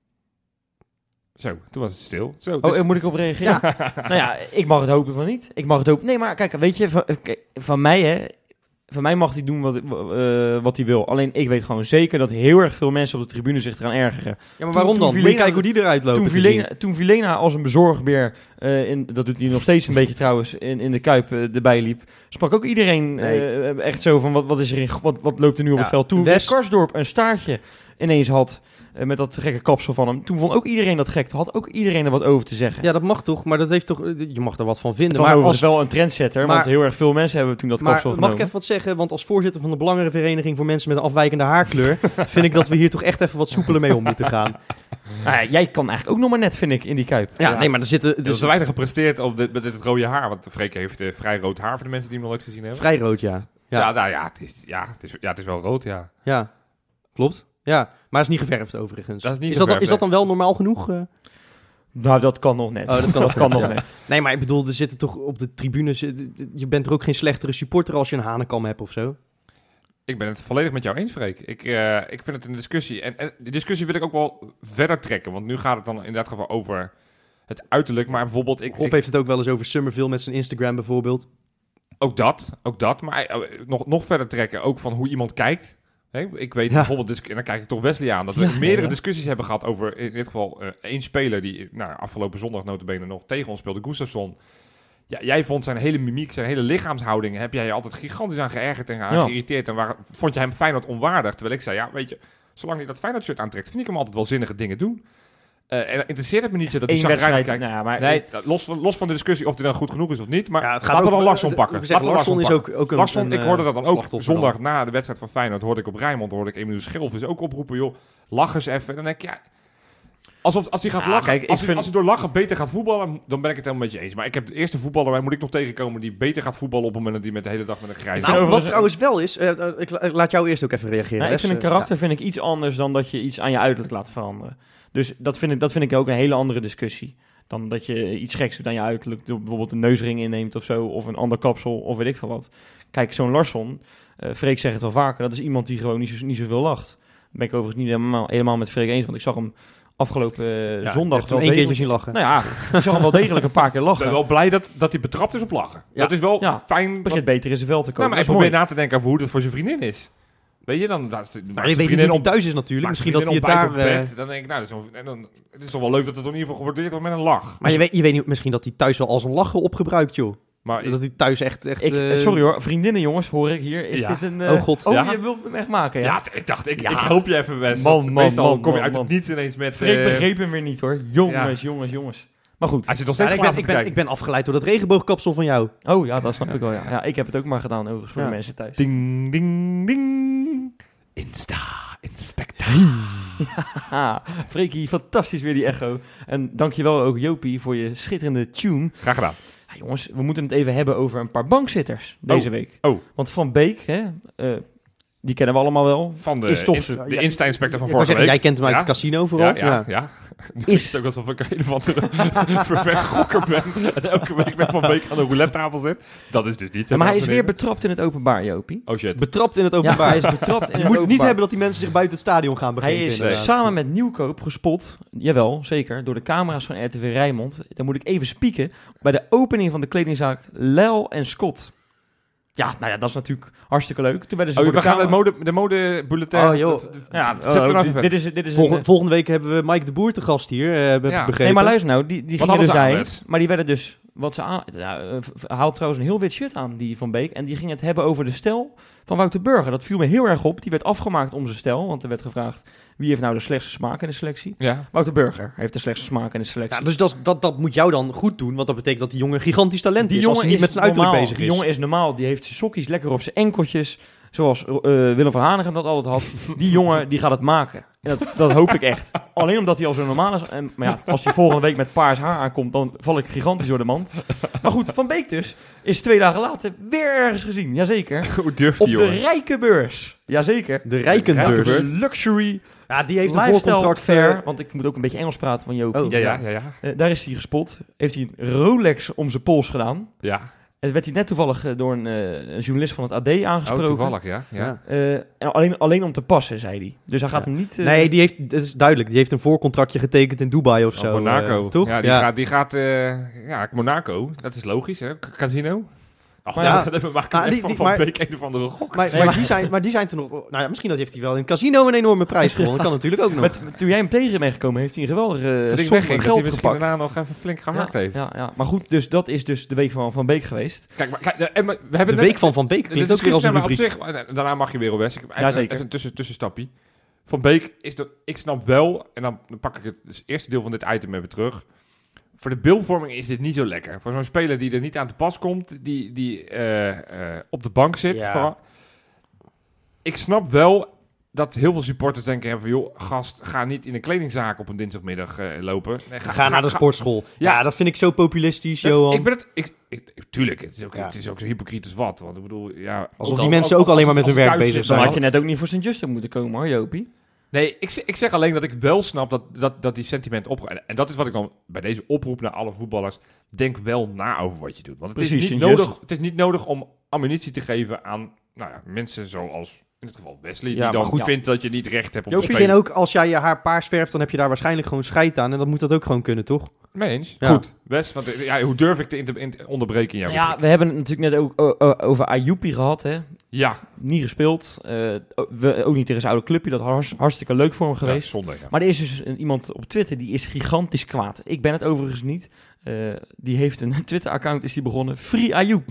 [SPEAKER 1] Zo, toen was het stil. Zo,
[SPEAKER 3] Oh,
[SPEAKER 1] dus-
[SPEAKER 3] en moet ik op reageren? Nou ja, ik mag het hopen van niet. Ik mag het hopen. Nee, maar kijk, weet je, van, kijk, van mij hè, van mij mag hij doen wat, uh, wat hij wil. Alleen ik weet gewoon zeker dat heel erg veel mensen op de tribune zich eraan ergeren.
[SPEAKER 2] Ja, maar waarom
[SPEAKER 3] toen
[SPEAKER 2] dan? Moet je
[SPEAKER 3] Vilena-
[SPEAKER 2] kijken hoe die eruit lopen
[SPEAKER 3] Toen
[SPEAKER 2] te
[SPEAKER 3] Vilena,
[SPEAKER 2] zien.
[SPEAKER 3] toen Vilena als een bezorgbeer, uh, in, dat doet hij nog steeds een beetje trouwens, in, in de Kuip uh, erbij liep, sprak ook iedereen uh,
[SPEAKER 2] Nee.
[SPEAKER 3] echt zo van, wat, wat, is er in, wat, wat loopt er nu op
[SPEAKER 2] Ja,
[SPEAKER 3] het veld? Toen
[SPEAKER 2] Wes-
[SPEAKER 3] Karsdorp een staartje ineens had, uh, met dat gekke kapsel van hem, toen vond ook iedereen dat gek. Had ook iedereen er wat over te zeggen.
[SPEAKER 2] Ja, dat mag toch, maar dat heeft toch, je mag er wat van
[SPEAKER 3] Het
[SPEAKER 2] vinden.
[SPEAKER 3] was
[SPEAKER 2] Maar
[SPEAKER 3] overigens
[SPEAKER 2] als,
[SPEAKER 3] wel een trendsetter,
[SPEAKER 2] maar-
[SPEAKER 3] want heel erg veel mensen hebben toen dat
[SPEAKER 2] maar
[SPEAKER 3] kapsel
[SPEAKER 2] mag
[SPEAKER 3] genomen.
[SPEAKER 2] ik even wat zeggen? Want als voorzitter van de Belangenvereniging voor mensen met een afwijkende haarkleur, vind ik dat we hier toch echt even wat soepeler mee om moeten gaan.
[SPEAKER 3] Ah, ja, jij kan eigenlijk ook nog maar net, vind ik, in die Kuip.
[SPEAKER 2] Ja,
[SPEAKER 1] Ja.
[SPEAKER 2] nee, maar er zitten...
[SPEAKER 1] Er
[SPEAKER 2] Het
[SPEAKER 1] is
[SPEAKER 2] is
[SPEAKER 1] te weinig gepresteerd op dit, met dit rode haar. Want Freek heeft uh, vrij rood haar voor de mensen die hem nog nooit gezien hebben.
[SPEAKER 2] vrij rood, ja.
[SPEAKER 1] Ja,
[SPEAKER 2] Ja,
[SPEAKER 1] nou ja, het is, ja, het is, ja, het is wel rood, ja.
[SPEAKER 2] ja. Klopt. Ja, maar het is niet geverfd overigens.
[SPEAKER 1] Dat is niet
[SPEAKER 2] dat, dan-
[SPEAKER 1] geverfd,
[SPEAKER 2] is dat dan wel normaal genoeg? uh?
[SPEAKER 3] Nou, dat kan nog net.
[SPEAKER 2] Oh, dat kan nog
[SPEAKER 3] kan
[SPEAKER 2] net,
[SPEAKER 3] nog
[SPEAKER 2] ja.
[SPEAKER 3] net.
[SPEAKER 2] Nee, maar ik bedoel, er zitten toch op de tribune... zit- Je bent er ook geen slechtere supporter als je een hanenkam hebt of zo?
[SPEAKER 1] Ik ben het volledig met jou eens, Freek. Ik, uh, ik vind het een discussie. En, en die discussie wil ik ook wel verder trekken. Want nu gaat het dan in dat geval over het uiterlijk. Maar bijvoorbeeld... Ik,
[SPEAKER 2] Rob
[SPEAKER 1] ik,
[SPEAKER 2] heeft het ook wel eens over Summerville met zijn Instagram bijvoorbeeld.
[SPEAKER 1] Ook dat, ook dat. Maar uh, nog, nog verder trekken, ook van hoe iemand kijkt. Hè, ik weet
[SPEAKER 2] Ja.
[SPEAKER 1] bijvoorbeeld, dis- en dan kijk ik toch Wesley aan, dat we
[SPEAKER 3] Ja,
[SPEAKER 1] meerdere
[SPEAKER 3] ja.
[SPEAKER 1] discussies hebben gehad over in dit geval uh, één speler die nou, afgelopen zondag notabene nog tegen ons speelde, Gustafsson. Ja, jij vond zijn hele mimiek, zijn hele lichaamshouding, heb jij je altijd gigantisch aan geërgerd en aan
[SPEAKER 3] Ja.
[SPEAKER 1] geïrriteerd. En waar, vond je hem Feyenoord onwaardig? Terwijl ik zei, ja, weet je, zolang hij dat Feyenoord shirt aantrekt, vind ik hem altijd wel zinnige dingen doen. Uh, en dan interesseert het me niet zo dat hij
[SPEAKER 3] Eén
[SPEAKER 1] zagrijnig
[SPEAKER 3] wedstrijd,
[SPEAKER 1] kijkt.
[SPEAKER 3] nou ja, maar
[SPEAKER 1] Nee, dat- los, van- los van de discussie of hij dan goed genoeg is of niet. Maar
[SPEAKER 2] Ja, het gaat
[SPEAKER 1] laten we
[SPEAKER 2] ook-
[SPEAKER 1] dan Larsson
[SPEAKER 2] eh,
[SPEAKER 1] pakken.
[SPEAKER 2] ik zeg,
[SPEAKER 1] Laten we
[SPEAKER 2] Larsson is
[SPEAKER 1] pakken.
[SPEAKER 2] ook, ook een...
[SPEAKER 1] Larsson,
[SPEAKER 2] een,
[SPEAKER 1] ik
[SPEAKER 2] eh,
[SPEAKER 1] hoorde dat dan ook
[SPEAKER 2] slachtoffer dan.
[SPEAKER 1] zondag na de wedstrijd van Feyenoord, hoorde ik op Rijnmond, hoorde ik Emilio Schilvis ook oproepen, joh, lach eens even. En dan denk ik, ja, alsof als hij gaat
[SPEAKER 3] Ja,
[SPEAKER 1] lachen,
[SPEAKER 3] kijk, ik
[SPEAKER 1] als, hij,
[SPEAKER 3] vind-
[SPEAKER 1] als hij door lachen beter gaat voetballen, dan ben ik het helemaal met je eens. Maar ik heb de eerste voetballer, waar moet ik nog tegenkomen, die beter gaat voetballen op het moment dat hij met de hele dag met een grijs...
[SPEAKER 3] vind
[SPEAKER 2] Nou, wat
[SPEAKER 3] overigens-
[SPEAKER 2] trouwens wel is... eh, eh, ik la- laat jou eerst ook even reageren.
[SPEAKER 3] Nou, ik
[SPEAKER 2] Wes.
[SPEAKER 3] vind een
[SPEAKER 2] Eh,
[SPEAKER 3] karakter vind ik iets anders dan dat je iets aan je uiterlijk laat veranderen. Dus dat vind ik, dat vind ik ook een hele andere discussie. Dan dat je iets geks doet aan je uiterlijk. Door bijvoorbeeld een neusring inneemt of zo. Of een ander kapsel of weet ik veel wat. Kijk, zo'n Larsson, uh, Freek zegt het wel vaker. Dat is iemand die gewoon niet, zo, niet zoveel lacht. Dat ben ik overigens niet helemaal, helemaal met Freek eens. Want ik zag hem afgelopen uh,
[SPEAKER 2] ja,
[SPEAKER 3] zondag
[SPEAKER 2] je hebt hem
[SPEAKER 3] wel
[SPEAKER 2] één keertje
[SPEAKER 3] degelijk...
[SPEAKER 2] zien lachen.
[SPEAKER 3] Nou ja, ik zag hem wel degelijk een paar keer
[SPEAKER 1] Ik
[SPEAKER 3] lachen.
[SPEAKER 1] ben wel blij dat, dat hij betrapt is op lachen.
[SPEAKER 2] Ja.
[SPEAKER 1] Dat is wel
[SPEAKER 3] Ja,
[SPEAKER 1] fijn.
[SPEAKER 3] Het begint beter in zijn vel te
[SPEAKER 1] Nou,
[SPEAKER 3] komen.
[SPEAKER 1] maar ik
[SPEAKER 3] dat is
[SPEAKER 1] probeer
[SPEAKER 3] mooi.
[SPEAKER 1] na te denken over hoe het voor zijn vriendin is. Weet je, dan... Dat,
[SPEAKER 2] Maar je weet niet hoe hij thuis is natuurlijk. Misschien dat hij het daar... eh,
[SPEAKER 1] Dan denk ik, nou, dat is, wel- en dan, het is toch wel leuk dat het in ieder geval gewaardeerd wordt met een lach.
[SPEAKER 2] maar je weet, je weet niet, misschien dat hij thuis wel als een lachen opgebruikt, joh.
[SPEAKER 1] Maar is-
[SPEAKER 2] Dat hij thuis echt... echt
[SPEAKER 3] Ik,
[SPEAKER 2] eh,
[SPEAKER 3] sorry hoor, vriendinnen jongens, hoor ik hier. Is
[SPEAKER 1] Ja.
[SPEAKER 3] dit een... eh,
[SPEAKER 2] Oh god.
[SPEAKER 3] Oh,
[SPEAKER 1] Ja.
[SPEAKER 3] je wilt hem echt maken, ja?
[SPEAKER 1] ja, t- ik dacht, ik,
[SPEAKER 3] Ja.
[SPEAKER 1] ik help je even, Wes.
[SPEAKER 3] Man,
[SPEAKER 1] want
[SPEAKER 3] man,
[SPEAKER 1] meestal
[SPEAKER 3] man,
[SPEAKER 1] kom je
[SPEAKER 3] man,
[SPEAKER 1] uit
[SPEAKER 3] man.
[SPEAKER 1] het niets ineens met...
[SPEAKER 3] Freek
[SPEAKER 1] eh,
[SPEAKER 3] begreep hem weer niet hoor. Jongens,
[SPEAKER 1] Ja.
[SPEAKER 3] jongens, jongens. Maar goed.
[SPEAKER 1] Hij zit nog
[SPEAKER 2] Ja,
[SPEAKER 1] steeds
[SPEAKER 2] ik, ben,
[SPEAKER 1] glazen
[SPEAKER 2] ik,
[SPEAKER 1] te
[SPEAKER 2] ben, ik
[SPEAKER 1] kijken.
[SPEAKER 2] ben afgeleid door dat regenboogkapsel van jou.
[SPEAKER 3] Oh ja, dat snap ik wel, ja. Ja, ik heb het ook maar gedaan, overigens, voor
[SPEAKER 2] Ja.
[SPEAKER 3] de mensen thuis.
[SPEAKER 1] Ding, ding, ding. Insta, Inspecta.
[SPEAKER 3] Haha, Freekie, fantastisch weer die echo. En dankjewel ook Jopie voor je schitterende tune.
[SPEAKER 1] Graag gedaan.
[SPEAKER 3] Ja, jongens, we moeten het even hebben over een paar bankzitters deze
[SPEAKER 1] Oh.
[SPEAKER 3] week.
[SPEAKER 1] Oh.
[SPEAKER 3] Want Van Beek, hè, uh, die kennen we allemaal wel.
[SPEAKER 1] Van de,
[SPEAKER 3] Is toch
[SPEAKER 1] inst-
[SPEAKER 3] zo-
[SPEAKER 1] de
[SPEAKER 2] ja,
[SPEAKER 1] Insta-inspector van
[SPEAKER 2] Ik wou
[SPEAKER 1] vorige
[SPEAKER 2] zeggen,
[SPEAKER 1] week.
[SPEAKER 2] jij kent hem uit
[SPEAKER 1] Ja.
[SPEAKER 2] het casino vooral.
[SPEAKER 1] Ja, ja, ja. Nu is het ook alsof ik een of andere vervent gokker ben. En elke week met Van Beek aan de roulette-tafel zit. Dat is dus niet zo.
[SPEAKER 3] Ja, maar hij is
[SPEAKER 1] dames
[SPEAKER 3] weer
[SPEAKER 1] en
[SPEAKER 3] betrapt in het openbaar, Jopie.
[SPEAKER 1] heren. Oh shit.
[SPEAKER 2] Betrapt in het
[SPEAKER 3] Ja,
[SPEAKER 2] openbaar.
[SPEAKER 3] hij is betrapt in
[SPEAKER 2] Je
[SPEAKER 3] het
[SPEAKER 2] moet het niet
[SPEAKER 3] openbaar.
[SPEAKER 2] hebben dat die mensen zich buiten het stadion gaan begeven.
[SPEAKER 3] Hij is
[SPEAKER 2] inderdaad.
[SPEAKER 3] samen met Nieuwkoop gespot, jawel, zeker, door de camera's van R T V Rijnmond. Dan moet ik even spieken, bij de opening van de kledingzaak Lel en Scott. Ja, nou ja, dat is natuurlijk hartstikke leuk. Toen werden ze
[SPEAKER 1] Oh,
[SPEAKER 3] voor
[SPEAKER 1] we
[SPEAKER 3] de
[SPEAKER 1] gaan de
[SPEAKER 3] camera...
[SPEAKER 1] mode, de mode-bulletin...
[SPEAKER 2] Oh, joh.
[SPEAKER 3] Ja,
[SPEAKER 1] Zetten we
[SPEAKER 3] oh,
[SPEAKER 1] nou
[SPEAKER 3] dit,
[SPEAKER 1] even
[SPEAKER 3] dit is, dit is
[SPEAKER 2] Volgende,
[SPEAKER 3] een...
[SPEAKER 2] volgende week hebben we Mike de Boer te gast hier, eh, heb ik
[SPEAKER 1] Ja.
[SPEAKER 2] begrepen.
[SPEAKER 3] Nee, maar luister nou, die, die
[SPEAKER 1] Wat
[SPEAKER 3] gingen dus
[SPEAKER 1] hadden ze aan,
[SPEAKER 3] daarheen,
[SPEAKER 1] Wes?
[SPEAKER 3] maar die werden dus... Wat ze aan... Ja, uh, haalt trouwens een heel wit shirt aan, die Van Beek. En die ging het hebben over de stijl van Wouter Burger. Dat viel me heel erg op. Die werd afgemaakt om zijn stijl, want er werd gevraagd... Wie heeft nou de slechtste smaak in de selectie?
[SPEAKER 1] Ja.
[SPEAKER 3] Wouter Burger heeft de slechtste smaak in de selectie.
[SPEAKER 2] Ja, dus dat, dat, dat moet jou dan goed doen, want dat betekent dat die jongen een gigantisch talent is. Als hij niet met zijn uiterlijk
[SPEAKER 3] normaal.
[SPEAKER 2] bezig
[SPEAKER 3] Die
[SPEAKER 2] is.
[SPEAKER 3] jongen is normaal. Die heeft zijn sokkies lekker op zijn enkeltjes. Zoals uh, Willem van Hanegem dat altijd had. Die jongen die gaat het maken. En dat, dat hoop ik echt. Alleen omdat hij al zo normaal is. En, maar ja, als hij volgende week met paars haar aankomt, dan val ik gigantisch door de mand. Maar goed, Van Beek dus is twee dagen later weer ergens gezien. Jazeker.
[SPEAKER 1] Hoe durft
[SPEAKER 3] Op
[SPEAKER 1] die
[SPEAKER 3] de
[SPEAKER 1] jongen?
[SPEAKER 3] rijke beurs. Jazeker.
[SPEAKER 2] De rijkenbeurs.
[SPEAKER 3] De luxury
[SPEAKER 2] Ja, die heeft een
[SPEAKER 3] lifestyle
[SPEAKER 2] voorcontract.
[SPEAKER 3] fair.
[SPEAKER 2] eh,
[SPEAKER 3] Want ik moet ook een beetje Engels praten van Jopie.
[SPEAKER 2] Oh.
[SPEAKER 1] Ja, ja, ja, ja.
[SPEAKER 3] Eh, daar is hij gespot. Heeft hij een Rolex om zijn pols gedaan.
[SPEAKER 1] Ja.
[SPEAKER 3] En werd hij net toevallig eh, door een, eh, een journalist van het A D
[SPEAKER 1] Oh,
[SPEAKER 3] aangesproken.
[SPEAKER 1] toevallig, ja. ja.
[SPEAKER 2] Ja.
[SPEAKER 3] Eh, en alleen, alleen om te passen, zei hij. Dus hij gaat
[SPEAKER 2] Ja.
[SPEAKER 3] hem niet... eh,
[SPEAKER 2] Nee, die heeft, het is duidelijk, die heeft een voorcontractje getekend in Dubai of
[SPEAKER 1] Oh,
[SPEAKER 2] zo.
[SPEAKER 1] Monaco.
[SPEAKER 2] eh, toch?
[SPEAKER 1] Ja, die gaat... Die gaat uh, ja, Monaco. Dat is logisch, hè. K- Casino. Ach,
[SPEAKER 2] Maar
[SPEAKER 1] ja,
[SPEAKER 2] ja,
[SPEAKER 1] dat maakt
[SPEAKER 2] maar
[SPEAKER 1] echt
[SPEAKER 2] die-
[SPEAKER 1] van
[SPEAKER 2] die-
[SPEAKER 1] Van
[SPEAKER 2] maar-
[SPEAKER 1] Beek een of andere gok.
[SPEAKER 2] Maar,
[SPEAKER 3] Nee,
[SPEAKER 2] maar,
[SPEAKER 3] maar-
[SPEAKER 2] die zijn, maar die zijn toen nog... Nou ja, misschien heeft hij wel in het casino een enorme prijs gewonnen. Dat kan natuurlijk ook nog.
[SPEAKER 3] met, toen jij hem tegen bent gekomen, heeft hij een geweldige
[SPEAKER 1] Toen
[SPEAKER 3] uh,
[SPEAKER 1] ik
[SPEAKER 3] som
[SPEAKER 1] wegging, dat hij
[SPEAKER 3] geld
[SPEAKER 1] misschien
[SPEAKER 3] gepakt.
[SPEAKER 1] daarna nog even flink gehakt
[SPEAKER 3] ja,
[SPEAKER 1] heeft.
[SPEAKER 3] ja, ja, maar goed, dus dat is dus de week van Van Beek geweest.
[SPEAKER 1] Kijk, maar, kijk, de- en, maar we
[SPEAKER 2] De
[SPEAKER 1] hebben net-
[SPEAKER 2] week van Van Beek
[SPEAKER 1] de
[SPEAKER 2] klinkt ook weer als
[SPEAKER 1] discussie,
[SPEAKER 2] een
[SPEAKER 1] maar op
[SPEAKER 2] rubriek.
[SPEAKER 1] zich, en daarna mag je weer op West. Ik heb
[SPEAKER 3] Ja,
[SPEAKER 1] eigenlijk
[SPEAKER 3] zeker.
[SPEAKER 1] even een tussen, tussenstappie. Van Beek is dat, ik snap wel, en dan, dan pak ik het, het eerste deel van dit item even terug. Voor de beeldvorming is dit niet zo lekker. Voor zo'n speler die er niet aan te pas komt, die, die uh, uh, op de bank zit.
[SPEAKER 2] Ja.
[SPEAKER 1] Vooral, ik snap wel dat heel veel supporters denken van, joh, gast, ga niet in een kledingzaak op een dinsdagmiddag uh, lopen. Nee,
[SPEAKER 2] Ga, ga naar de sportschool. Ja,
[SPEAKER 1] Ja.
[SPEAKER 2] dat vind ik zo populistisch,
[SPEAKER 1] Dat-
[SPEAKER 2] Johan.
[SPEAKER 1] ik ben het, ik, ik, ik- tuurlijk, het is, ook,
[SPEAKER 2] Ja.
[SPEAKER 1] het is ook zo hypocriet als wat. Want ik bedoel, ja...
[SPEAKER 2] Alsof
[SPEAKER 1] ook
[SPEAKER 2] die
[SPEAKER 1] al-
[SPEAKER 2] mensen ook alleen maar met
[SPEAKER 1] als
[SPEAKER 2] hun
[SPEAKER 1] het
[SPEAKER 2] werk
[SPEAKER 1] thuis
[SPEAKER 2] bezig
[SPEAKER 1] is,
[SPEAKER 3] Dan
[SPEAKER 2] zijn.
[SPEAKER 3] had je net ook niet voor Sint Justin moeten komen hoor, Jopie.
[SPEAKER 1] Nee, ik, zeg- ik zeg alleen dat ik wel snap dat, dat, dat die sentiment op... En, en dat is wat ik dan bij deze oproep naar alle voetballers... Denk wel na over wat je doet. Want het,
[SPEAKER 3] Precies,
[SPEAKER 1] is, niet
[SPEAKER 3] en
[SPEAKER 1] nodig,
[SPEAKER 3] just.
[SPEAKER 1] het is niet nodig om ammunitie te geven aan nou ja, mensen zoals... In het geval Wesley,
[SPEAKER 2] Ja,
[SPEAKER 1] die
[SPEAKER 2] maar
[SPEAKER 1] dan
[SPEAKER 2] goed.
[SPEAKER 1] vindt dat je niet recht hebt om
[SPEAKER 2] Ik
[SPEAKER 1] te
[SPEAKER 2] vind
[SPEAKER 1] spelen.
[SPEAKER 2] ook, als jij je haar paars verft, dan heb je daar waarschijnlijk gewoon scheid aan. En dan moet dat ook gewoon kunnen, toch?
[SPEAKER 1] Mee eens.
[SPEAKER 2] Ja.
[SPEAKER 1] Goed, Wes, want, eh, ja, hoe durf ik te inter- in- onderbreken in jouw
[SPEAKER 3] Ja,
[SPEAKER 1] rubriek?
[SPEAKER 3] we hebben het natuurlijk net ook o- o- over Ayoupie gehad, hè.
[SPEAKER 1] Ja,
[SPEAKER 3] Niet gespeeld. Uh, we, ook niet tegen zijn oude clubje. Dat was hartstikke leuk voor hem geweest.
[SPEAKER 1] Ja, zonde, ja.
[SPEAKER 3] Maar er is dus een, iemand op Twitter die is gigantisch kwaad. Ik ben het overigens niet. Uh, die heeft een Twitter-account, is die begonnen. Free Ayoub.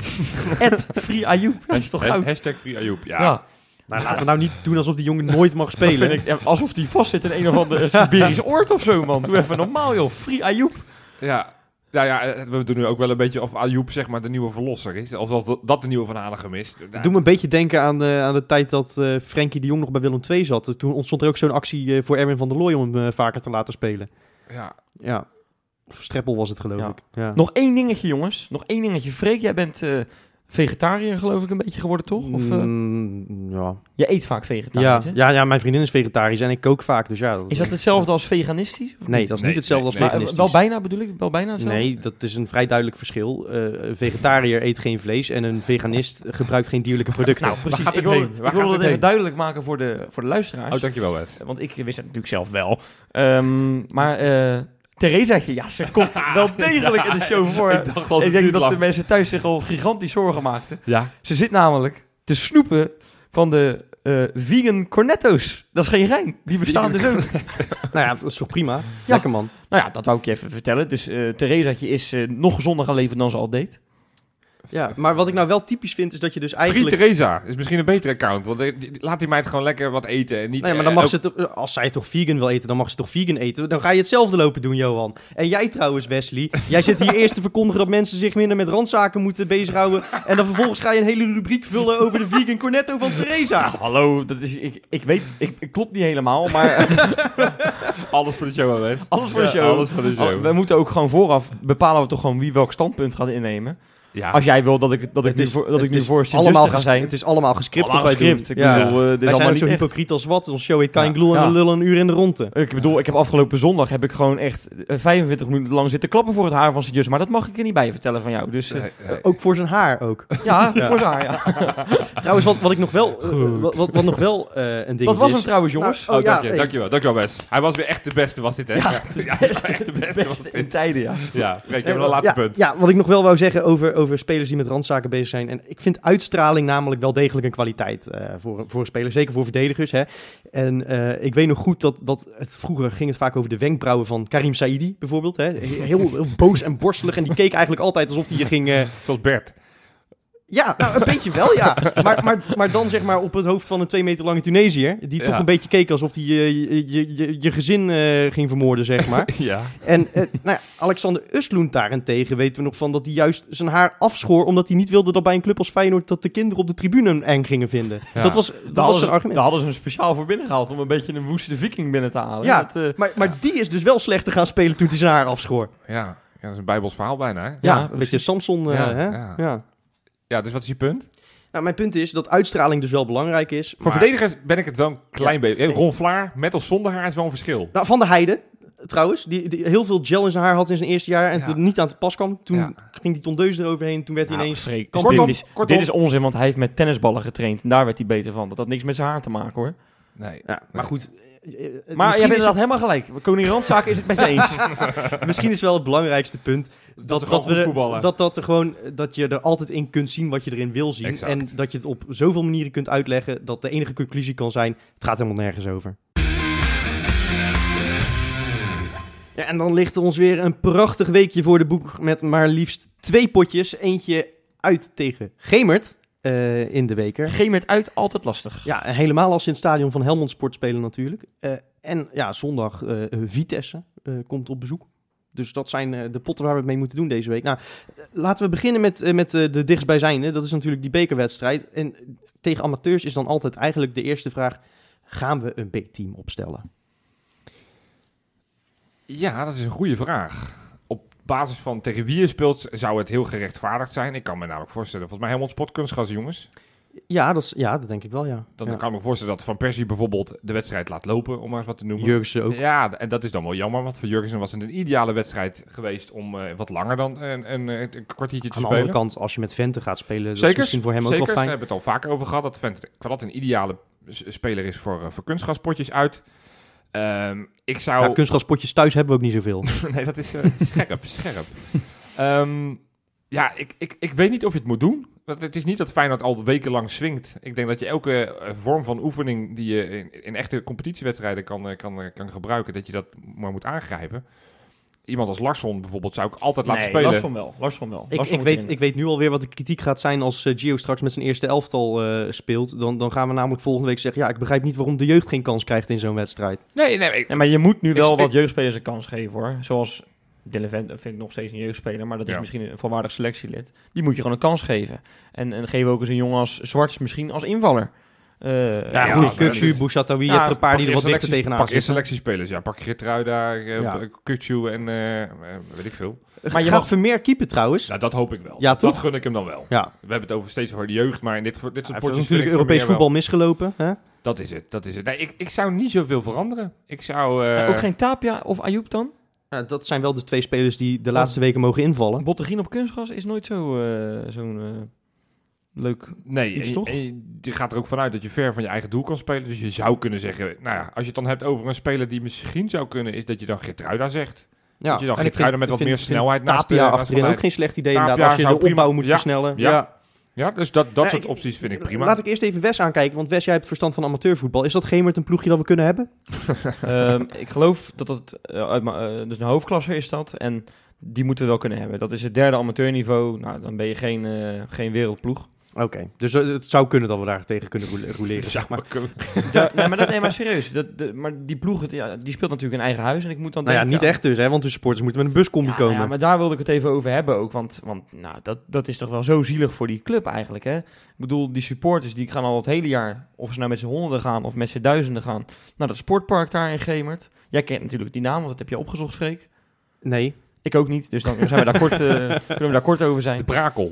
[SPEAKER 3] At Free Ayoub. Dat is toch
[SPEAKER 1] Ha-
[SPEAKER 3] goud?
[SPEAKER 1] Hashtag Free Ayoub, ja.
[SPEAKER 3] Ja,
[SPEAKER 2] Nou, laten we nou niet doen alsof die jongen nooit mag
[SPEAKER 3] dat
[SPEAKER 2] spelen.
[SPEAKER 3] vind ik, ja, alsof die vastzit in een of andere Siberische oord of zo, man. Doe even normaal, joh. Free Ayoub.
[SPEAKER 1] Ja. Nou ja, eh, we doen nu ook wel een beetje of Ayoub zeg maar de nieuwe verlosser is. Of of dat de nieuwe Van Hanegem is. Nou,
[SPEAKER 2] Doe me een beetje denken aan de, aan de tijd dat uh, Frenkie de Jong nog bij Willem twee zat. Toen ontstond er ook zo'n actie uh, voor Erwin van der Looy om hem uh, vaker te laten spelen.
[SPEAKER 1] Ja.
[SPEAKER 2] Ja, Streppel was het geloof
[SPEAKER 3] Ja.
[SPEAKER 2] ik. Ja.
[SPEAKER 3] Nog één dingetje, jongens. Nog één dingetje. Freek, jij bent uh, vegetariër, geloof ik, een beetje geworden, toch? Of, uh,
[SPEAKER 2] Mm, ja.
[SPEAKER 3] je eet vaak
[SPEAKER 2] Ja,
[SPEAKER 3] vegetarisch, hè?
[SPEAKER 2] ja, ja, mijn vriendin is vegetarisch en ik kook vaak, dus ja. Dat
[SPEAKER 3] Is dat hetzelfde als veganistisch? Of
[SPEAKER 2] Nee,
[SPEAKER 3] niet?
[SPEAKER 2] dat is
[SPEAKER 1] Nee,
[SPEAKER 2] niet hetzelfde
[SPEAKER 1] nee,
[SPEAKER 2] als
[SPEAKER 1] nee.
[SPEAKER 3] Maar, uh,
[SPEAKER 2] veganistisch.
[SPEAKER 3] wel bijna, bedoel ik? Wel bijna hetzelfde?
[SPEAKER 2] Nee, dat is een vrij duidelijk verschil. Uh, een vegetariër eet geen vlees en een veganist gebruikt geen dierlijke producten.
[SPEAKER 3] Nou, precies.
[SPEAKER 1] gaat
[SPEAKER 3] Ik
[SPEAKER 1] dit
[SPEAKER 3] wil,
[SPEAKER 1] heen? Waar
[SPEAKER 3] ik
[SPEAKER 1] gaat
[SPEAKER 3] wil
[SPEAKER 1] dit
[SPEAKER 3] het even
[SPEAKER 1] heen?
[SPEAKER 3] duidelijk maken voor de, voor de luisteraars.
[SPEAKER 1] Oh, dankjewel Wes.
[SPEAKER 3] Want ik wist het natuurlijk zelf wel. Um, maar uh, Theresaatje, ja, ze komt wel degelijk in de show voor.
[SPEAKER 1] Ik dacht wel,
[SPEAKER 3] Ik
[SPEAKER 1] het
[SPEAKER 3] denk
[SPEAKER 1] duurt
[SPEAKER 3] dat
[SPEAKER 1] lang.
[SPEAKER 3] de mensen thuis zich al gigantisch zorgen maakten.
[SPEAKER 1] Ja.
[SPEAKER 3] Ze zit namelijk te snoepen van de uh, vegan cornetto's. Dat is geen gein. Die bestaan dus ook.
[SPEAKER 2] Nou ja, dat is toch prima. Lekker man.
[SPEAKER 3] Nou ja, dat wou ik je even vertellen. Dus uh, Theresaatje is uh, nog gezonder gaan leven dan ze al deed.
[SPEAKER 2] Ja, maar wat ik nou wel typisch vind, is dat je dus
[SPEAKER 1] Free
[SPEAKER 2] eigenlijk...
[SPEAKER 1] Teresa is misschien een betere account. Want die- die- laat die meid gewoon lekker wat eten. En niet,
[SPEAKER 2] Nee, maar
[SPEAKER 1] eh,
[SPEAKER 2] dan mag
[SPEAKER 1] ook-
[SPEAKER 2] ze toch, als zij toch vegan wil eten, dan mag ze toch vegan eten. Dan ga je hetzelfde lopen doen, Johan. En jij trouwens, Wesley. Jij zit hier eerst te verkondigen dat mensen zich minder met randzaken moeten bezighouden. En dan vervolgens ga je een hele rubriek vullen over de vegan cornetto van Teresa.
[SPEAKER 3] Hallo, dat is, ik, ik weet, ik, ik klopt niet helemaal, maar
[SPEAKER 1] Alles voor de show, hè?
[SPEAKER 3] alles voor de
[SPEAKER 1] Ja,
[SPEAKER 3] show.
[SPEAKER 1] alles voor de show.
[SPEAKER 3] Al- we moeten ook gewoon vooraf bepalen we toch gewoon wie welk standpunt gaat innemen.
[SPEAKER 1] Ja.
[SPEAKER 3] Als jij wil dat ik, dat ik
[SPEAKER 2] Het
[SPEAKER 3] nu
[SPEAKER 2] is-
[SPEAKER 3] voor, dat
[SPEAKER 2] het
[SPEAKER 3] ik nu
[SPEAKER 2] is
[SPEAKER 3] voor
[SPEAKER 2] allemaal
[SPEAKER 3] Sint-Juste ga
[SPEAKER 2] ges-
[SPEAKER 3] zijn.
[SPEAKER 2] Het is allemaal gescript
[SPEAKER 3] Allemaal
[SPEAKER 2] wat wij
[SPEAKER 3] gescript.
[SPEAKER 2] doen.
[SPEAKER 3] Ik
[SPEAKER 2] Ja.
[SPEAKER 3] bedoel, eh, dit is
[SPEAKER 2] Wij zijn
[SPEAKER 3] allemaal
[SPEAKER 2] ook zo
[SPEAKER 3] niet echt.
[SPEAKER 2] hypocriet als wat. Ons show heet Kain
[SPEAKER 1] Ja.
[SPEAKER 2] Gloel en
[SPEAKER 3] Ja.
[SPEAKER 2] we lullen een uur in de ronde.
[SPEAKER 3] Ik bedoel, ik heb afgelopen zondag heb ik gewoon echt eh, vijfenveertig minuten lang zitten klappen voor het haar van Sint-Juste. Maar dat mag ik er niet bij vertellen van jou. Dus eh,
[SPEAKER 1] Nee, nee.
[SPEAKER 2] Ook voor zijn haar ook.
[SPEAKER 3] ja,
[SPEAKER 2] Ja.
[SPEAKER 3] voor zijn haar, ja.
[SPEAKER 2] Trouwens, wat, wat ik nog wel, eh, wat, wat, wat nog wel eh, een ding
[SPEAKER 3] Dat was
[SPEAKER 2] is...
[SPEAKER 3] hem trouwens, jongens.
[SPEAKER 2] Nou,
[SPEAKER 1] Oh,
[SPEAKER 2] ja,
[SPEAKER 1] dank je,
[SPEAKER 2] hey.
[SPEAKER 1] dankjewel, dankjewel Wes. Hij was weer echt de beste, was dit, hè?
[SPEAKER 3] Ja,
[SPEAKER 1] Ja,
[SPEAKER 3] de
[SPEAKER 1] ja,
[SPEAKER 3] beste,
[SPEAKER 1] echt de
[SPEAKER 3] de
[SPEAKER 1] beste, was
[SPEAKER 3] beste in
[SPEAKER 1] dit.
[SPEAKER 3] tijden, ja.
[SPEAKER 1] Ja, Freek, je
[SPEAKER 2] Eh,
[SPEAKER 1] hebt nog een laatste
[SPEAKER 2] ja,
[SPEAKER 1] punt.
[SPEAKER 2] ja, wat ik nog wel wou zeggen over, over spelers die met randzaken bezig zijn. En ik vind uitstraling namelijk wel degelijk een kwaliteit eh, voor, voor een speler. Zeker voor verdedigers. Hè. En eh, ik weet nog goed dat, dat het, vroeger ging het vaak over de wenkbrauwen van Karim Saidi bijvoorbeeld. Hè. Heel, heel boos en borstelig. En die keek eigenlijk altijd alsof hij je ging... eh,
[SPEAKER 1] Zoals Bert.
[SPEAKER 2] Ja, nou, een beetje wel, ja. Maar, maar, maar dan zeg maar op het hoofd van een twee meter lange Tunesiër. Die toch
[SPEAKER 1] Ja.
[SPEAKER 2] een beetje keek alsof hij je, je, je, je, je gezin eh, ging vermoorden, zeg maar.
[SPEAKER 1] Ja.
[SPEAKER 2] En eh, nou ja, Alexander Östlund daarentegen weten we nog van dat hij juist zijn haar afschoor omdat hij niet wilde dat bij een club als Feyenoord dat de kinderen op de tribune hem eng gingen vinden.
[SPEAKER 1] Ja.
[SPEAKER 2] Dat was, dat
[SPEAKER 3] Daar
[SPEAKER 2] was
[SPEAKER 3] hadden,
[SPEAKER 2] zijn
[SPEAKER 3] ze,
[SPEAKER 2] argument.
[SPEAKER 3] daar hadden ze hem speciaal voor binnengehaald om een beetje een woeste viking binnen te halen.
[SPEAKER 2] Ja,
[SPEAKER 3] Dat, eh,
[SPEAKER 2] maar, maar die is dus wel slecht te gaan spelen toen hij zijn haar afschoor.
[SPEAKER 1] Ja. ja, dat is een bijbels verhaal bijna, hè?
[SPEAKER 2] Ja,
[SPEAKER 3] Ja,
[SPEAKER 2] een
[SPEAKER 3] precies.
[SPEAKER 2] beetje Samson. eh,
[SPEAKER 1] Ja,
[SPEAKER 2] hè?
[SPEAKER 1] ja.
[SPEAKER 2] Ja.
[SPEAKER 1] Ja, dus wat is je punt?
[SPEAKER 2] Nou, mijn punt is dat uitstraling dus wel belangrijk is.
[SPEAKER 1] Voor
[SPEAKER 2] maar-
[SPEAKER 1] verdedigers ben ik het wel een klein
[SPEAKER 2] Ja.
[SPEAKER 1] beetje... Ron Vlaar, met of zonder haar, is wel een verschil.
[SPEAKER 2] Nou, Van der Heijden, trouwens, die, die heel veel gel in zijn haar had in zijn eerste jaar en
[SPEAKER 1] Ja.
[SPEAKER 2] het er niet aan te pas kwam. Toen
[SPEAKER 1] Ja.
[SPEAKER 2] ging die tondeus eroverheen, toen werd hij
[SPEAKER 3] nou,
[SPEAKER 2] ineens...
[SPEAKER 3] Freek,
[SPEAKER 2] kampioen.
[SPEAKER 3] dit, is,
[SPEAKER 1] Kortom.
[SPEAKER 3] dit is onzin, want hij heeft met tennisballen getraind. En daar werd hij beter van. Dat had niks met zijn haar te maken, hoor.
[SPEAKER 1] Nee.
[SPEAKER 2] Ja, maar goed. eh, eh,
[SPEAKER 3] Maar
[SPEAKER 2] misschien
[SPEAKER 3] jij bent
[SPEAKER 2] is
[SPEAKER 3] inderdaad helemaal gelijk. Koning Randzaak is het met je eens.
[SPEAKER 2] het, misschien is wel het belangrijkste punt dat,
[SPEAKER 1] ze gewoon
[SPEAKER 2] dat,
[SPEAKER 1] goed
[SPEAKER 2] we,
[SPEAKER 1] voetballen.
[SPEAKER 2] dat, dat, er gewoon, dat je er altijd in kunt zien wat je erin wil zien.
[SPEAKER 1] Exact.
[SPEAKER 2] En dat je het op zoveel manieren kunt uitleggen dat de enige conclusie kan zijn, het gaat helemaal nergens over. Ja, en dan ligt er ons weer een prachtig weekje voor de boek met maar liefst twee potjes. Eentje uit tegen Gemert eh, in de weker.
[SPEAKER 3] Geen met uit, altijd lastig.
[SPEAKER 2] Ja, en helemaal als ze in het stadion van Helmond Sport spelen natuurlijk. Eh, en ja, zondag eh, Vitesse eh, komt op bezoek. Dus dat zijn eh, de potten waar we het mee moeten doen deze week. Nou, eh, laten we beginnen met, eh, met eh, de dichtstbijzijnde. Dat is natuurlijk die bekerwedstrijd. En tegen amateurs is dan altijd eigenlijk de eerste vraag: gaan we een B-team opstellen?
[SPEAKER 1] Ja, dat is een goede vraag. Op basis van tegen wie je speelt, zou het heel gerechtvaardigd zijn. Ik kan me namelijk voorstellen, volgens mij helemaal sportkunstgas, jongens.
[SPEAKER 2] Ja dat, is, ja, dat denk ik wel, ja.
[SPEAKER 1] Dan
[SPEAKER 2] ja.
[SPEAKER 1] kan ik me voorstellen dat Van Persie bijvoorbeeld de wedstrijd laat lopen, om maar eens wat te noemen.
[SPEAKER 2] Jurgensen ook.
[SPEAKER 1] Ja, en dat is dan wel jammer, want voor Jurgensen was het een ideale wedstrijd geweest om eh, wat langer dan een, een, een kwartiertje te
[SPEAKER 2] Aan de
[SPEAKER 1] spelen.
[SPEAKER 2] andere kant, als je met Vente gaat spelen, dat
[SPEAKER 1] Zeker,
[SPEAKER 2] is misschien voor hem
[SPEAKER 1] zeker.
[SPEAKER 2] ook wel
[SPEAKER 1] Daar
[SPEAKER 2] fijn.
[SPEAKER 1] hebben we het al vaker over gehad, dat Vente Kwadat een ideale s- speler is voor, uh, voor kunstgaspotjes uit. Ehm, ik zou...
[SPEAKER 2] Ja, kunstgraspotjes thuis hebben we ook niet zoveel.
[SPEAKER 1] nee, dat is uh, scherp, scherp. Ehm, ja, ik, ik, ik weet niet of je het moet doen. Want het is niet dat Feyenoord al wekenlang swingt. Ik denk dat je elke uh, vorm van oefening die je in, in echte competitiewedstrijden kan, uh, kan, uh, kan gebruiken, dat je dat maar moet aangrijpen. Iemand als Larsson bijvoorbeeld zou ik altijd laten
[SPEAKER 3] nee,
[SPEAKER 1] spelen.
[SPEAKER 3] Larsson wel. Larsson wel.
[SPEAKER 2] Ik,
[SPEAKER 3] Larsson
[SPEAKER 2] ik,
[SPEAKER 3] moet
[SPEAKER 2] weet,
[SPEAKER 3] erin.
[SPEAKER 2] ik weet nu alweer wat de kritiek gaat zijn als uh, Gio straks met zijn eerste elftal uh, speelt. Dan, dan gaan we namelijk volgende week zeggen, ja, ik begrijp niet waarom de jeugd geen kans krijgt in zo'n wedstrijd.
[SPEAKER 1] Nee, nee, ik,
[SPEAKER 3] Ja, maar je moet nu wel
[SPEAKER 1] Ik-
[SPEAKER 3] wat
[SPEAKER 1] ik-
[SPEAKER 3] jeugdspelers een kans geven, hoor. Zoals Dylan Vente vind ik nog steeds een jeugdspeler, maar dat is
[SPEAKER 1] Ja.
[SPEAKER 3] misschien een volwaardig selectielid. Die moet je gewoon een kans geven. En, en geef ook eens een jongen als Zwarts misschien als invaller. Uh,
[SPEAKER 2] Ja,
[SPEAKER 1] ja,
[SPEAKER 2] goed,
[SPEAKER 1] maar
[SPEAKER 2] Kukçu,
[SPEAKER 1] dat is-
[SPEAKER 2] Bouchataoui, je
[SPEAKER 3] Ja,
[SPEAKER 2] hebt er een paar die er
[SPEAKER 1] Pak
[SPEAKER 2] wat
[SPEAKER 1] eerst
[SPEAKER 2] dichter
[SPEAKER 1] selecties-
[SPEAKER 2] tegenaan
[SPEAKER 1] Pak eerst
[SPEAKER 2] zitten.
[SPEAKER 1] selectiespelers, ja. Pak Geertruida, uh,
[SPEAKER 2] Ja.
[SPEAKER 1] Kukçu en uh, uh, weet ik veel.
[SPEAKER 3] Maar je
[SPEAKER 2] Gaat
[SPEAKER 3] mag-
[SPEAKER 2] Vermeer keeper trouwens?
[SPEAKER 1] Nou, dat hoop ik wel.
[SPEAKER 2] Ja,
[SPEAKER 1] dat
[SPEAKER 2] toch?
[SPEAKER 1] gun ik hem dan wel.
[SPEAKER 2] Ja,
[SPEAKER 1] We hebben het over steeds over de jeugd, maar in dit, dit
[SPEAKER 2] hij
[SPEAKER 1] soort
[SPEAKER 2] heeft
[SPEAKER 1] potjes vind
[SPEAKER 2] natuurlijk
[SPEAKER 1] ik
[SPEAKER 2] Europees
[SPEAKER 1] Vermeer
[SPEAKER 2] voetbal
[SPEAKER 1] wel.
[SPEAKER 2] misgelopen. Hè?
[SPEAKER 1] Dat is het, dat is het. Nee, ik, ik zou niet zoveel veranderen. Ik zou... uh,
[SPEAKER 3] ook geen Tapia of Ayoub dan?
[SPEAKER 2] Ja, dat zijn wel de twee spelers die de laatste weken mogen invallen.
[SPEAKER 3] Bottegien op kunstgras is nooit zo, uh, zo'n uh, leuk...
[SPEAKER 1] Nee,
[SPEAKER 3] Iets
[SPEAKER 1] en,
[SPEAKER 3] toch?
[SPEAKER 1] en je, je gaat er ook vanuit dat je ver van je eigen doel kan spelen. Dus je zou kunnen zeggen... Nou ja, als je het dan hebt over een speler die misschien zou kunnen... is dat je dan Geertruida zegt.
[SPEAKER 2] Ja,
[SPEAKER 1] Dat je dan
[SPEAKER 2] en ik
[SPEAKER 1] Geertruida
[SPEAKER 2] vind-
[SPEAKER 1] met wat
[SPEAKER 2] vind-
[SPEAKER 1] meer
[SPEAKER 2] vind
[SPEAKER 1] snelheid naast
[SPEAKER 2] Tapia
[SPEAKER 1] de- naast
[SPEAKER 2] achterin
[SPEAKER 1] Van
[SPEAKER 2] ook geen slecht idee
[SPEAKER 1] Tapia
[SPEAKER 2] inderdaad. Als je
[SPEAKER 1] zou
[SPEAKER 2] de opbouw
[SPEAKER 1] prima-
[SPEAKER 2] moet
[SPEAKER 1] ja,
[SPEAKER 2] versnellen.
[SPEAKER 1] ja.
[SPEAKER 2] Ja.
[SPEAKER 1] Ja, dus dat, dat
[SPEAKER 2] Ja,
[SPEAKER 1] soort
[SPEAKER 2] ik-
[SPEAKER 1] opties vind ik prima.
[SPEAKER 2] Laat ik eerst even Wes aankijken, want Wes, jij hebt verstand van amateurvoetbal. Is dat Gemert een ploegje dat we kunnen hebben?
[SPEAKER 3] um, ik geloof dat het... Uh, uit ma- uh, dus een hoofdklasse is dat. En die moeten we wel kunnen hebben. Dat is het derde amateurniveau. Nou, dan ben je geen, uh, geen wereldploeg.
[SPEAKER 2] Oké, okay. dus uh, het zou kunnen dat we daar tegen kunnen roule- roleren, zeg maar.
[SPEAKER 3] Da- nee, maar, dat, nee, maar serieus. Dat, de, maar die ploeg, ja, die speelt natuurlijk in eigen huis. En ik moet dan
[SPEAKER 2] nou
[SPEAKER 3] denken...
[SPEAKER 2] ja, niet echt dus, hè, want de supporters moeten met een buscombi
[SPEAKER 3] ja,
[SPEAKER 2] komen.
[SPEAKER 3] Ja, maar daar wilde ik het even over hebben ook. Want, want nou, dat, dat is toch wel zo zielig voor die club eigenlijk, hè. Ik bedoel, die supporters die gaan al het hele jaar... of ze nou met z'n honderden gaan of met z'n duizenden gaan... naar dat sportpark daar in Gemert. Jij kent natuurlijk die naam, want dat heb je opgezocht, Freek.
[SPEAKER 2] Nee.
[SPEAKER 3] Ik ook niet, dus dan zijn we daar kort, uh, kunnen we daar kort over zijn.
[SPEAKER 1] De Brakel.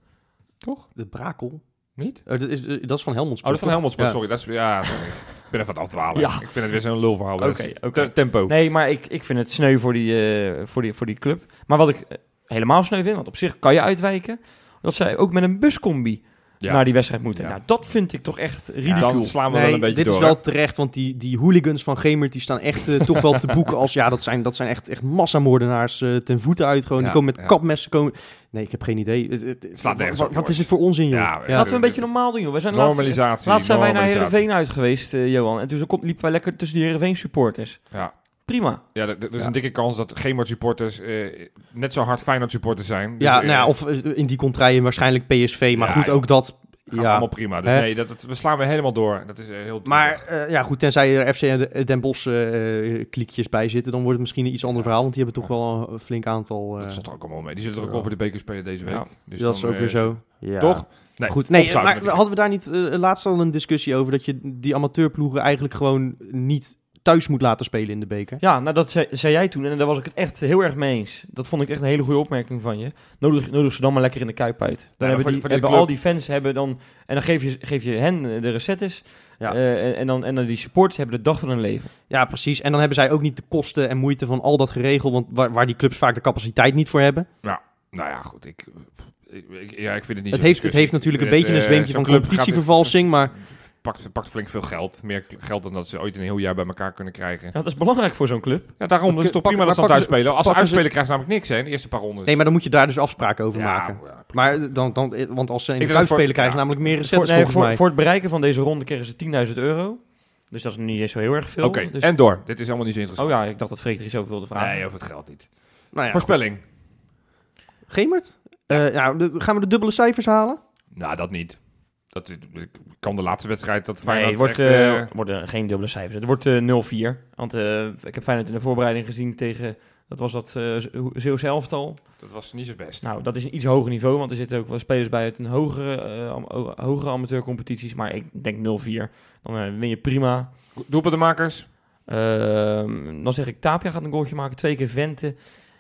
[SPEAKER 1] Toch?
[SPEAKER 2] De Brakel?
[SPEAKER 1] Niet?
[SPEAKER 2] Uh, dat, is, uh, dat is van Helmond
[SPEAKER 1] Oh, dat
[SPEAKER 2] Sport.
[SPEAKER 1] is van Helmond Sport,
[SPEAKER 2] Ja.
[SPEAKER 1] sorry. Dat is, ja, sorry. Ik ben even aan het afdwalen.
[SPEAKER 3] Ja.
[SPEAKER 1] Ik vind het weer zo'n lulverhaal.
[SPEAKER 3] Oké,
[SPEAKER 1] Okay,
[SPEAKER 3] oké.
[SPEAKER 1] okay. Tempo.
[SPEAKER 3] Nee, maar ik, ik vind het sneu voor die, uh, voor, die, voor die club. Maar wat ik uh, helemaal sneu vind, want op zich kan je uitwijken... dat zij ook met een buscombi ja. naar die wedstrijd moeten. Ja. Nou, dat vind ik toch echt ridicuul.
[SPEAKER 1] Ja, dan slaan we
[SPEAKER 2] nee,
[SPEAKER 1] wel een beetje
[SPEAKER 2] dit
[SPEAKER 1] door.
[SPEAKER 2] Dit is wel
[SPEAKER 1] hè?
[SPEAKER 2] terecht, want die, die hooligans van Gemert... die staan echt uh, toch wel te boeken als... ja, dat zijn, dat zijn echt, echt massamoordenaars uh, ten voeten uit. Gewoon.
[SPEAKER 1] Ja,
[SPEAKER 2] die komen met
[SPEAKER 1] ja.
[SPEAKER 2] kapmessen. Komen... Nee, ik heb geen idee. Het, het, het,
[SPEAKER 1] Slaat nergens
[SPEAKER 2] wat,
[SPEAKER 1] op,
[SPEAKER 2] wat is
[SPEAKER 1] jongens.
[SPEAKER 2] het voor onzin, joh?
[SPEAKER 1] Ja,
[SPEAKER 2] Ja.
[SPEAKER 3] Laten we een beetje normaal doen, joh. We zijn laatst,
[SPEAKER 1] Normalisatie.
[SPEAKER 3] laatst zijn wij naar
[SPEAKER 1] normalisatie.
[SPEAKER 3] Heerenveen uit geweest, uh, Johan. En toen liepen wij lekker tussen die Heerenveen supporters.
[SPEAKER 1] Ja.
[SPEAKER 3] Prima.
[SPEAKER 1] Ja, er, er is
[SPEAKER 2] Ja.
[SPEAKER 1] een dikke kans dat Gemert supporters uh, net zo hard Feyenoord supporters zijn. Dus,
[SPEAKER 2] Ja,
[SPEAKER 1] uh,
[SPEAKER 2] nou ja, of uh, in die contraien waarschijnlijk P S V. Maar
[SPEAKER 1] Ja,
[SPEAKER 2] goed,
[SPEAKER 1] joh.
[SPEAKER 2] ook dat...
[SPEAKER 1] gaan
[SPEAKER 2] ja.
[SPEAKER 1] allemaal prima. Dus
[SPEAKER 2] Hè?
[SPEAKER 1] nee, dat, dat, we slaan weer helemaal door. Dat is uh, heel
[SPEAKER 2] Maar uh, ja, goed, tenzij er F C Den Bosch uh, kliekjes bij zitten... dan wordt het misschien een iets ander verhaal. Want die hebben toch wel een flink aantal... Uh,
[SPEAKER 1] dat zat er ook allemaal mee. Die zullen er ook
[SPEAKER 2] ja.
[SPEAKER 1] over de beker spelen deze week.
[SPEAKER 3] Ja.
[SPEAKER 1] Dus
[SPEAKER 2] dat is
[SPEAKER 1] dan,
[SPEAKER 2] ook
[SPEAKER 1] uh,
[SPEAKER 2] weer zo. Ja.
[SPEAKER 1] Toch? Nee,
[SPEAKER 2] Goed, nee,
[SPEAKER 1] opzouten
[SPEAKER 2] maar
[SPEAKER 1] met die-
[SPEAKER 2] hadden we daar niet uh, laatst al een discussie over... dat je die amateurploegen eigenlijk gewoon niet thuis moet laten spelen in de beker?
[SPEAKER 3] Ja, nou dat zei, zei jij toen en daar was ik het echt heel erg mee eens. Dat vond ik echt een hele goede opmerking van je. Nodig, nodig ze dan maar lekker in de Kuip uit. Dan
[SPEAKER 1] Ja,
[SPEAKER 3] hebben,
[SPEAKER 1] voor-
[SPEAKER 3] die,
[SPEAKER 1] voor die
[SPEAKER 3] hebben
[SPEAKER 1] club-
[SPEAKER 3] al die fans hebben dan... En dan geef je, geef je hen de recettes.
[SPEAKER 2] Ja.
[SPEAKER 3] Uh, en, en, dan, en dan die supporters hebben de dag van hun leven.
[SPEAKER 2] Ja, precies. En dan hebben zij ook niet de kosten en moeite van al dat geregeld... want waar, waar die clubs vaak de capaciteit niet voor hebben.
[SPEAKER 1] Nou ja, goed. Ik, ik, ik, ja, ik vind het niet
[SPEAKER 2] Het
[SPEAKER 1] zo'n
[SPEAKER 2] heeft, het
[SPEAKER 1] discussie.
[SPEAKER 2] heeft natuurlijk
[SPEAKER 1] Ik
[SPEAKER 2] een
[SPEAKER 1] vind
[SPEAKER 2] beetje een
[SPEAKER 1] het,
[SPEAKER 2] zweempje
[SPEAKER 1] uh,
[SPEAKER 2] van
[SPEAKER 1] zo'n club
[SPEAKER 2] competitievervalsing, maar...
[SPEAKER 1] Pakt, pakt flink veel geld. Meer geld dan dat ze ooit in een heel jaar bij elkaar kunnen krijgen.
[SPEAKER 3] Ja, dat is belangrijk voor zo'n club.
[SPEAKER 1] Ja, daarom. Dat is toch
[SPEAKER 2] Pakken-
[SPEAKER 1] prima dat ze dan
[SPEAKER 2] maar
[SPEAKER 1] thuis
[SPEAKER 2] pakken
[SPEAKER 1] spelen. Als ze
[SPEAKER 2] pakken ze-
[SPEAKER 1] uitspelen krijgen ze namelijk niks, hè. In de eerste paar rondes.
[SPEAKER 2] Nee, maar dan moet je daar dus afspraken over
[SPEAKER 1] Ja,
[SPEAKER 2] maken.
[SPEAKER 1] ja,
[SPEAKER 2] Maar dan, dan, want als ze in
[SPEAKER 1] Ik
[SPEAKER 2] de
[SPEAKER 1] denk
[SPEAKER 2] Kuip
[SPEAKER 1] dat voor-
[SPEAKER 2] spelen, krijgen ze
[SPEAKER 1] ja.
[SPEAKER 2] namelijk meer
[SPEAKER 3] Voor,
[SPEAKER 2] recettes
[SPEAKER 3] nee,
[SPEAKER 2] volgens
[SPEAKER 3] voor,
[SPEAKER 2] mij.
[SPEAKER 3] voor het bereiken van deze ronde kregen ze tienduizend euro. Dus dat is niet eens zo heel erg veel.
[SPEAKER 1] Oké,
[SPEAKER 3] dus...
[SPEAKER 1] en door. Dit is allemaal niet zo interessant.
[SPEAKER 3] Oh ja, ik dacht dat Freek er iets over wilde vragen.
[SPEAKER 1] Nee, over het geld niet.
[SPEAKER 2] Nou ja,
[SPEAKER 1] Voorspelling?
[SPEAKER 2] Gemert? Uh, ja, de- gaan we de dubbele cijfers halen?
[SPEAKER 1] Nou, dat niet. Dat is- ik kan de laatste wedstrijd dat
[SPEAKER 3] Nee,
[SPEAKER 1] Feyenoord
[SPEAKER 3] het wordt,
[SPEAKER 1] echt,
[SPEAKER 3] eh,
[SPEAKER 1] eh,
[SPEAKER 3] worden geen dubbele cijfers. Het wordt uh, nul vier. Want uh, ik heb Feyenoord in de voorbereiding gezien tegen... Dat was dat uh, Zeeuwse elftal.
[SPEAKER 1] dat was niet zo best.
[SPEAKER 3] Nou, dat is een iets hoger niveau. Want er zitten ook wel spelers bij uit een hogere, uh, am- hogere amateurcompetities. Maar ik denk nul vier. Dan uh, win je prima.
[SPEAKER 1] Doelpuntenmakers?
[SPEAKER 3] Uh, dan zeg ik Tapia gaat een goaltje maken. Twee keer Vente.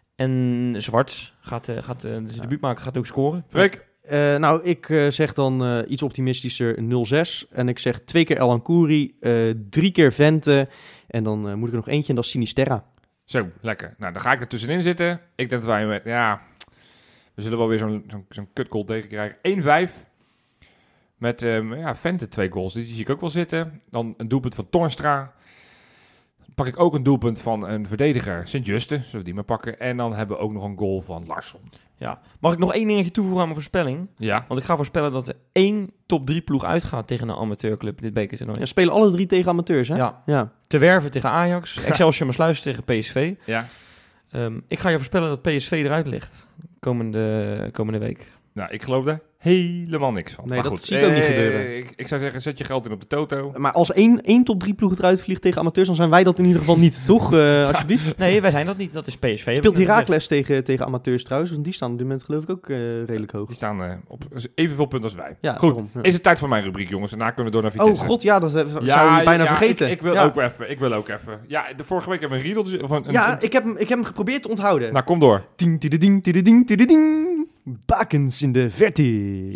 [SPEAKER 3] En Zwarts gaat, uh, gaat uh, dus de debuutmaker gaat ook scoren.
[SPEAKER 1] Freek?
[SPEAKER 2] Uh, nou, ik uh, zeg dan uh, iets optimistischer nul zes. En ik zeg twee keer El Ankouri, uh, drie keer Vente. En dan uh, moet ik er nog eentje en dat is Sinisterra.
[SPEAKER 1] Zo, lekker. Nou, dan ga ik er tussenin zitten. Ik denk dat wij met, ja... We zullen wel weer zo'n zo'n zo'n kutgoal tegenkrijgen. één vijf. Met, um, ja, Vente twee goals. Die zie ik ook wel zitten. Dan een doelpunt van Toornstra. Dan pak ik ook een doelpunt van een verdediger. Sint-Juste, zullen we die maar pakken. En dan hebben we ook nog een goal van Larsson.
[SPEAKER 3] Ja. Mag ik nog één dingetje toevoegen aan mijn voorspelling?
[SPEAKER 1] Ja.
[SPEAKER 3] Want ik ga voorspellen dat er één top drie ploeg uitgaat tegen een amateurclub in dit bekertoernooi.
[SPEAKER 2] Ja, spelen alle drie tegen amateurs, hè?
[SPEAKER 3] Ja.
[SPEAKER 2] ja.
[SPEAKER 3] Te Werven tegen Ajax, Excelsior Maasluis tegen P S V.
[SPEAKER 1] Ja.
[SPEAKER 3] Um, ik ga je voorspellen dat P S V eruit ligt komende, komende week.
[SPEAKER 1] Nou, ik geloof daar helemaal niks van.
[SPEAKER 2] Nee,
[SPEAKER 1] maar
[SPEAKER 2] dat
[SPEAKER 1] goed,
[SPEAKER 2] zie ik ook niet
[SPEAKER 1] eh,
[SPEAKER 2] gebeuren.
[SPEAKER 1] Ik, ik zou zeggen, zet je geld in op de toto.
[SPEAKER 2] Maar als één, één top drie ploeg eruit vliegt tegen amateurs, dan zijn wij dat in ieder geval niet, toch? Uh, alsjeblieft.
[SPEAKER 3] Nee, wij zijn dat niet. Dat is P S V. heb ik
[SPEAKER 2] Speelt
[SPEAKER 3] net
[SPEAKER 2] Heracles tegen, tegen amateurs trouwens? Want die staan op dit moment geloof ik ook uh, redelijk hoog.
[SPEAKER 1] Die staan uh, op evenveel punten als wij.
[SPEAKER 2] Ja,
[SPEAKER 1] Goed,
[SPEAKER 2] daarom, ja.
[SPEAKER 1] is het tijd voor mijn rubriek, jongens. Daarna kunnen we door naar
[SPEAKER 2] Oh
[SPEAKER 1] Vitesse.
[SPEAKER 2] god, ja, dat uh, zou
[SPEAKER 1] Ja,
[SPEAKER 2] je bijna
[SPEAKER 1] ja,
[SPEAKER 2] vergeten.
[SPEAKER 1] Ik, ik wil
[SPEAKER 2] ja.
[SPEAKER 1] ook even. Ik wil ook even. Ja, de vorige week hebben we een riedel. Of een,
[SPEAKER 2] Ja,
[SPEAKER 1] een,
[SPEAKER 2] ik heb, hem, ik heb hem geprobeerd te onthouden.
[SPEAKER 1] Nou, kom door.
[SPEAKER 2] Ding, tididing, tididing, tididing. Bakens in de verte.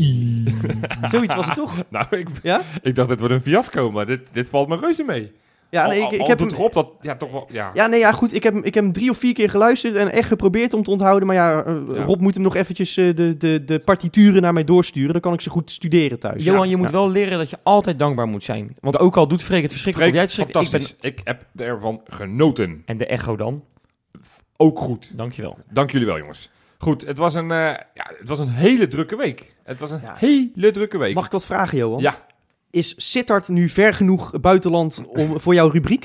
[SPEAKER 2] Zoiets was het toch?
[SPEAKER 1] Nou, ik,
[SPEAKER 2] Ja?
[SPEAKER 1] ik dacht, dit wordt een fiasco, maar dit, dit valt me reuze mee.
[SPEAKER 2] Ja, nee,
[SPEAKER 1] Al-
[SPEAKER 2] ik, ik
[SPEAKER 1] al
[SPEAKER 2] heb
[SPEAKER 1] doet
[SPEAKER 2] hem...
[SPEAKER 1] Rob dat, ja, toch wel, ja.
[SPEAKER 2] Ja, nee, ja, goed. Ik heb, hem, ik heb hem drie of vier keer geluisterd en echt geprobeerd om te onthouden. Maar ja, uh,
[SPEAKER 1] Ja.
[SPEAKER 2] Rob moet hem nog eventjes uh, de, de, de partituren naar mij doorsturen. Dan kan ik ze goed studeren thuis.
[SPEAKER 3] Johan, je
[SPEAKER 2] Ja.
[SPEAKER 3] moet wel leren dat je altijd dankbaar moet zijn. Want ook al doet Freek het verschrikkelijk,
[SPEAKER 1] Freek,
[SPEAKER 3] of jij het verschrikkelijk,
[SPEAKER 1] fantastisch. Ik, ben... ik heb ervan genoten.
[SPEAKER 3] En de echo dan?
[SPEAKER 1] Ook goed.
[SPEAKER 3] Dankjewel.
[SPEAKER 1] Dank jullie wel, jongens. Goed, het was een, uh, ja, het was een hele drukke week. Het was een
[SPEAKER 2] Ja.
[SPEAKER 1] hele drukke week.
[SPEAKER 2] Mag ik wat vragen, Johan?
[SPEAKER 1] Ja.
[SPEAKER 2] Is Sittard nu ver genoeg buitenland om, voor jouw rubriek?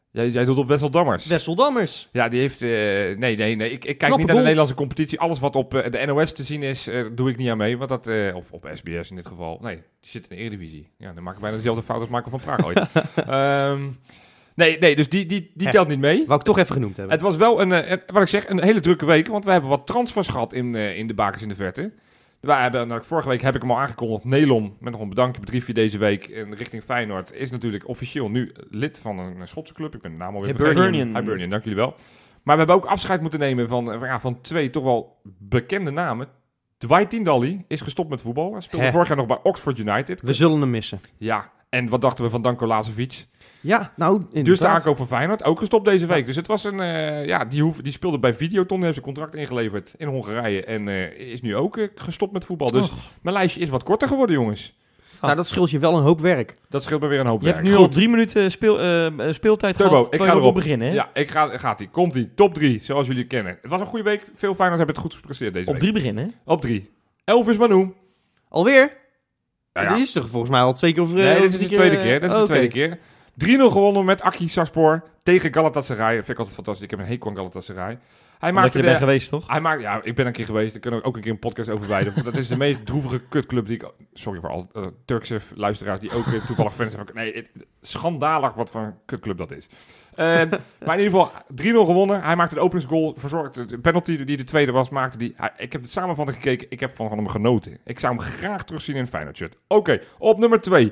[SPEAKER 1] Jij, jij doet op Wessel Dammers.
[SPEAKER 2] Wessel Dammers.
[SPEAKER 1] Ja, die heeft... Uh, nee, nee, nee. Ik, ik kijk
[SPEAKER 2] Knappe
[SPEAKER 1] niet naar de
[SPEAKER 2] goal.
[SPEAKER 1] Nederlandse competitie. Alles wat op uh, de N O S te zien is, uh, doe ik niet aan mee. Want dat, uh, of op S B S in dit geval. Nee, die zit in de Eredivisie. Ja, dan maak ik bijna dezelfde fout als Marco van Praag ooit. um, nee, nee, dus die, die, die
[SPEAKER 2] Hè,
[SPEAKER 1] telt niet mee.
[SPEAKER 2] Wou ik toch even genoemd hebben.
[SPEAKER 1] Het was wel een, uh, wat ik zeg, een hele drukke week. Want we hebben wat transfers gehad in, uh, in de bakens in de verte. Wij hebben, nou, vorige week heb ik hem al aangekondigd. Nelom, met nog een bedankje briefje deze week in richting Feyenoord, is natuurlijk officieel nu lid van een Schotse club. Ik ben de naam alweer vergeten.
[SPEAKER 3] Hibernian.
[SPEAKER 1] Hibernian, dank jullie wel. Maar we hebben ook afscheid moeten nemen van, van, ja, van twee toch wel bekende namen. Dwight Tindalli is gestopt met voetbal. Hij speelde
[SPEAKER 2] Hè.
[SPEAKER 1] vorig jaar nog bij Oxford United.
[SPEAKER 2] We zullen hem missen.
[SPEAKER 1] Ja, en wat dachten we van Danko Lazovic?
[SPEAKER 2] Ja, nou, inderdaad.
[SPEAKER 1] Dus de aankoop van Feyenoord, ook gestopt deze week. Dus het was een, uh, ja, die, hoef, die speelde bij Videoton, heeft zijn contract ingeleverd in Hongarije. En uh, is nu ook uh, gestopt met voetbal. Dus
[SPEAKER 3] Och.
[SPEAKER 1] mijn lijstje is wat korter geworden, jongens.
[SPEAKER 2] Nou, dat scheelt je wel een hoop werk.
[SPEAKER 1] Dat scheelt me weer een hoop
[SPEAKER 3] Je
[SPEAKER 1] werk.
[SPEAKER 3] hebt nu
[SPEAKER 1] Goed.
[SPEAKER 3] al drie minuten speel, uh, speeltijd
[SPEAKER 1] Turbo,
[SPEAKER 3] gehad,
[SPEAKER 1] ik
[SPEAKER 3] terwijl
[SPEAKER 1] ga
[SPEAKER 3] je wil
[SPEAKER 1] erop.
[SPEAKER 3] beginnen. Hè?
[SPEAKER 1] Ja, ik ga, gaat ie. Komt ie. Top drie, zoals jullie kennen. Het was een goede week. Veel Feyenoord hebben het goed gepresteerd deze
[SPEAKER 3] Op
[SPEAKER 1] week.
[SPEAKER 3] drie beginnen. Hè?
[SPEAKER 1] Op drie. Elvis Manu.
[SPEAKER 2] Alweer?
[SPEAKER 1] Ja, ja.
[SPEAKER 2] Dit is toch volgens mij al twee keer of...
[SPEAKER 1] Nee,
[SPEAKER 2] of
[SPEAKER 1] dit is
[SPEAKER 2] drie
[SPEAKER 1] de tweede
[SPEAKER 2] eh,
[SPEAKER 1] keer. Dat is
[SPEAKER 2] oh,
[SPEAKER 1] de tweede
[SPEAKER 2] oké.
[SPEAKER 1] keer. drie nul gewonnen met Aki Sarpsborg tegen Galatasaray. Dat vind ik altijd fantastisch. Ik heb een hekel aan Galatasaray. Hij
[SPEAKER 3] Omdat
[SPEAKER 1] maakte
[SPEAKER 3] je er
[SPEAKER 1] de,
[SPEAKER 3] bent geweest, toch?
[SPEAKER 1] Hij maakt, ja, ik ben een keer geweest. Ik kan er ook een keer een podcast over wijden. Dat is de meest droevige kutclub die ik... Sorry voor alle uh, Turkse luisteraars die ook uh, toevallig fans zijn. Van, nee, het, schandalig wat voor een kutclub dat is. Uh, maar in ieder geval drie nul gewonnen. Hij maakte de openingsgoal, verzorgd. De penalty die de tweede was, maakte die... Hij, ik heb de samenvatting gekeken. Ik heb van, van hem genoten. Ik zou hem graag terugzien in een Feyenoord shirt. Oké, okay, op nummer twee.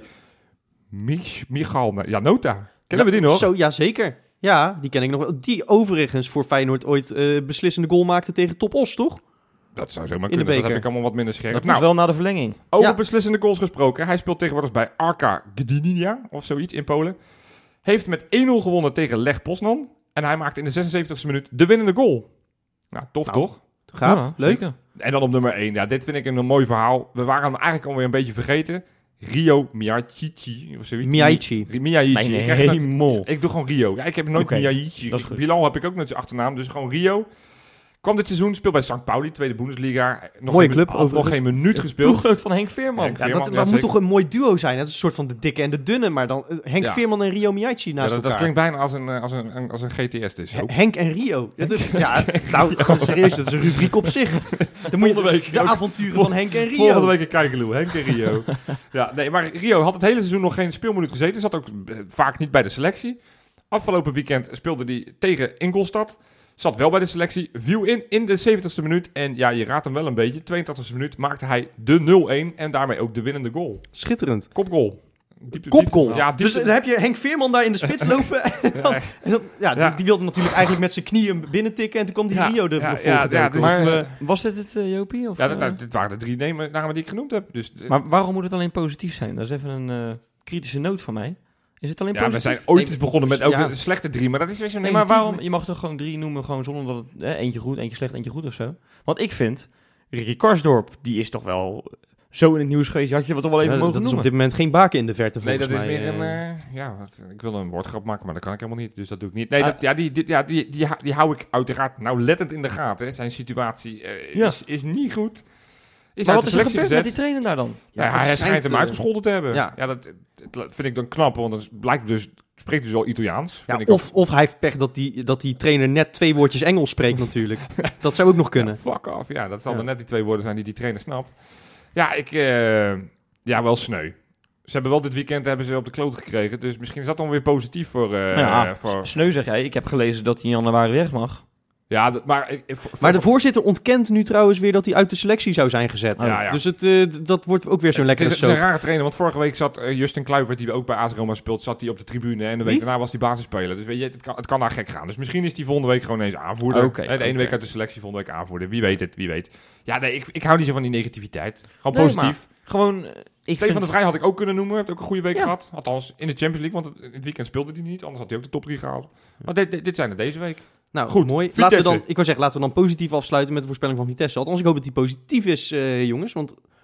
[SPEAKER 1] Mich, Michal Janota. Kennen we die nog?
[SPEAKER 2] Zo, ja, zeker. Ja, die ken ik nog wel. Die overigens voor Feyenoord ooit uh, beslissende goal maakte tegen Top Os, toch?
[SPEAKER 1] Dat zou zomaar
[SPEAKER 2] In de
[SPEAKER 1] kunnen. Dat
[SPEAKER 2] beker.
[SPEAKER 1] heb ik allemaal wat minder scherp.
[SPEAKER 3] Dat
[SPEAKER 1] Nou,
[SPEAKER 3] was wel na de verlenging.
[SPEAKER 1] over
[SPEAKER 2] Ja.
[SPEAKER 1] beslissende goals gesproken. Hij speelt tegenwoordig bij Arka Gdynia of zoiets in Polen. Heeft met één nul gewonnen tegen Lech Poznan. En hij maakte in de zesenzeventigste minuut de winnende goal. Nou, tof
[SPEAKER 2] Nou,
[SPEAKER 1] toch?
[SPEAKER 2] Gaaf,
[SPEAKER 3] Ja,
[SPEAKER 2] leuk.
[SPEAKER 3] zeker.
[SPEAKER 1] En dan op nummer één. Ja, dit vind ik een, een mooi verhaal. We waren hem eigenlijk alweer een beetje vergeten. Rio Miyaichi of zoiets.
[SPEAKER 2] Miyaichi.
[SPEAKER 1] Mi- Miyaichi.
[SPEAKER 3] Mijn
[SPEAKER 1] Ik, krijg nooit-
[SPEAKER 3] hemel.
[SPEAKER 1] ik doe gewoon Rio. Ja, ik heb nooit
[SPEAKER 3] Oké,
[SPEAKER 1] Miyaichi.
[SPEAKER 3] dat is goed.
[SPEAKER 1] Bilal heb ik ook nooit zijn achternaam. Dus gewoon Rio. Kwam dit seizoen, speelt bij Sankt Pauli, tweede Bundesliga. Nog
[SPEAKER 2] Mooie
[SPEAKER 1] geen,
[SPEAKER 2] club,
[SPEAKER 1] had nog
[SPEAKER 2] overigens.
[SPEAKER 1] geen minuut gespeeld.
[SPEAKER 3] Ploeggenoot van Henk Veerman.
[SPEAKER 1] Henk
[SPEAKER 2] Ja,
[SPEAKER 1] Veerman,
[SPEAKER 2] dat,
[SPEAKER 1] ja,
[SPEAKER 2] dat moet
[SPEAKER 1] zeker.
[SPEAKER 2] toch een mooi duo zijn? Het is een soort van de dikke en de dunne, maar dan uh, Henk
[SPEAKER 1] Ja.
[SPEAKER 2] Veerman en Rio Miyaichi
[SPEAKER 1] Ja,
[SPEAKER 2] naast
[SPEAKER 1] dat, dat
[SPEAKER 2] elkaar.
[SPEAKER 1] klinkt bijna als een, eh, als een, een- als een G T S dus.
[SPEAKER 2] H-
[SPEAKER 1] ook.
[SPEAKER 2] Henk en Rio. Het is, ja, nou, serieus, dat is een rubriek op zich. Dan moet je,
[SPEAKER 1] Volgende week
[SPEAKER 2] de
[SPEAKER 1] ook.
[SPEAKER 2] avonturen
[SPEAKER 1] Vol-
[SPEAKER 2] van Henk en Rio.
[SPEAKER 1] Volgende week een kijkeloe, Henk en Rio. Ja, nee, maar Rio had het hele seizoen nog geen speelminuut gezeten. Zat ook eh, vaak niet bij de selectie. Afgelopen weekend speelde hij tegen Ingolstadt. Zat wel bij de selectie, viel in in de zeventigste minuut. En ja, je raadt hem wel een beetje. tweeëntachtigste minuut maakte hij de nul één. En daarmee ook de winnende goal.
[SPEAKER 2] Schitterend.
[SPEAKER 1] Kopgoal. Diepte,
[SPEAKER 2] Kopgoal.
[SPEAKER 1] diepte- ja,
[SPEAKER 2] Dus
[SPEAKER 1] diepte,
[SPEAKER 2] dan heb je Henk Veerman daar in de spits lopen. En dan, en dan, ja,
[SPEAKER 1] Ja.
[SPEAKER 2] Die, die wilde natuurlijk eigenlijk met zijn knieën binnentikken. En toen kwam die
[SPEAKER 1] Ja,
[SPEAKER 2] Rio er
[SPEAKER 1] ja,
[SPEAKER 2] nog
[SPEAKER 1] ja,
[SPEAKER 2] voor
[SPEAKER 1] ja,
[SPEAKER 2] gedoken.
[SPEAKER 1] dus-
[SPEAKER 3] Maar
[SPEAKER 2] Of,
[SPEAKER 3] eh,
[SPEAKER 2] eh,
[SPEAKER 3] was dit het, uh, Jopie? Of,
[SPEAKER 1] ja, dat,
[SPEAKER 3] eh?
[SPEAKER 1] dat- dit waren de drie namen, namen die ik genoemd heb. Dus, eh,
[SPEAKER 3] Maar waarom moet het alleen positief zijn? Dat is even een uh, kritische noot van mij. Is het alleen
[SPEAKER 1] ja, we
[SPEAKER 3] positief?
[SPEAKER 1] zijn ooit
[SPEAKER 2] Nee,
[SPEAKER 1] eens begonnen met ook
[SPEAKER 2] ja.
[SPEAKER 1] een slechte drie. Maar dat is weer zo'n
[SPEAKER 3] Nee, maar
[SPEAKER 1] negatieve-
[SPEAKER 3] waarom? Je mag toch gewoon drie noemen, gewoon zonder dat het hè, eentje goed, eentje slecht, eentje goed of zo. Want ik vind, Ricky Karsdorp, die is toch wel zo in het nieuws geweest. Had je wat toch wel even
[SPEAKER 2] ja,
[SPEAKER 3] mogen
[SPEAKER 2] dat is op
[SPEAKER 3] noemen.
[SPEAKER 2] dit moment geen baken in de verte
[SPEAKER 1] Nee,
[SPEAKER 2] volgens
[SPEAKER 1] dat is
[SPEAKER 2] mij.
[SPEAKER 1] weer een...
[SPEAKER 2] eh.
[SPEAKER 1] eh, ja, wat, ik wilde een woordgrap maken, maar dat kan ik helemaal niet. Dus dat doe ik niet. Nee,
[SPEAKER 3] Ah.
[SPEAKER 1] dat, ja, die, die, ja die, die, die hou ik uiteraard nauwlettend in de gaten. Hè. Zijn situatie eh,
[SPEAKER 3] Ja.
[SPEAKER 1] is, is niet goed. Is
[SPEAKER 3] Maar
[SPEAKER 1] uit
[SPEAKER 3] wat
[SPEAKER 1] de
[SPEAKER 3] is er
[SPEAKER 1] selectie
[SPEAKER 3] gebeurd met die
[SPEAKER 1] gezet.
[SPEAKER 3] trainer daar dan?
[SPEAKER 1] Ja,
[SPEAKER 2] het
[SPEAKER 1] hij schijnt
[SPEAKER 2] schijnt,
[SPEAKER 1] hem
[SPEAKER 2] eh,
[SPEAKER 1] uitgescholden te hebben.
[SPEAKER 2] ja.
[SPEAKER 1] Ja, dat, dat vind ik dan knap, want dan blijkt dus, spreekt dus al Italiaans.
[SPEAKER 2] Ja,
[SPEAKER 1] vind ik
[SPEAKER 2] of, of hij heeft pech dat die, dat die trainer net twee woordjes Engels spreekt natuurlijk. Dat zou ook nog kunnen.
[SPEAKER 1] Ja, fuck off. Ja, dat zal
[SPEAKER 2] Ja.
[SPEAKER 1] dan net die twee woorden zijn die die trainer snapt. Ja, ik... eh, ja, wel sneu. Ze hebben wel dit weekend hebben ze op de kloot gekregen. Dus misschien is dat dan weer positief voor... eh,
[SPEAKER 3] Nou ja,
[SPEAKER 1] voor
[SPEAKER 3] sneu zeg jij. Ik heb gelezen dat hij in januari weg mag.
[SPEAKER 1] ja, dat, maar... ik- ik- voor-
[SPEAKER 2] Maar de
[SPEAKER 1] voor-
[SPEAKER 2] voorzitter ontkent nu trouwens weer dat hij uit de selectie zou zijn gezet.
[SPEAKER 1] Ja, ja.
[SPEAKER 2] Dus het, eh, d- dat wordt ook weer zo'n
[SPEAKER 1] Het is,
[SPEAKER 2] lekkere
[SPEAKER 1] het is een
[SPEAKER 2] soap.
[SPEAKER 1] rare trainer, want vorige week zat eh, Justin Kluivert, die ook bij A S Roma speelt, zat hij op de tribune en de week
[SPEAKER 2] Wie?
[SPEAKER 1] daarna was hij basisspeler. Dus weet je, het kan, het kan daar gek gaan. Dus misschien is die volgende week gewoon eens aanvoerder.
[SPEAKER 3] Oké,
[SPEAKER 1] Eh, de ene
[SPEAKER 3] oké.
[SPEAKER 1] week uit de selectie, volgende week aanvoerder. Wie weet het, wie weet. Ja, nee, ik, ik hou niet zo van die negativiteit. Gewoon
[SPEAKER 3] Nee,
[SPEAKER 1] positief.
[SPEAKER 3] Gewoon, eh, ik
[SPEAKER 1] Stefan
[SPEAKER 3] vind...
[SPEAKER 1] de Vrij had ik ook kunnen noemen, heeft ook een goede week
[SPEAKER 3] Ja.
[SPEAKER 1] gehad. Althans, in de Champions League, want het, in het weekend speelde hij niet. Anders had hij ook de top drie gehaald. Maar dit, dit, dit zijn er deze week.
[SPEAKER 2] Nou,
[SPEAKER 1] Goed,
[SPEAKER 2] mooi.
[SPEAKER 1] Vitesse.
[SPEAKER 2] Laten we dan, ik wou zeggen, laten we dan positief afsluiten met de voorspelling van Vitesse. Althans, ik hoop dat die positief is, eh, jongens. Want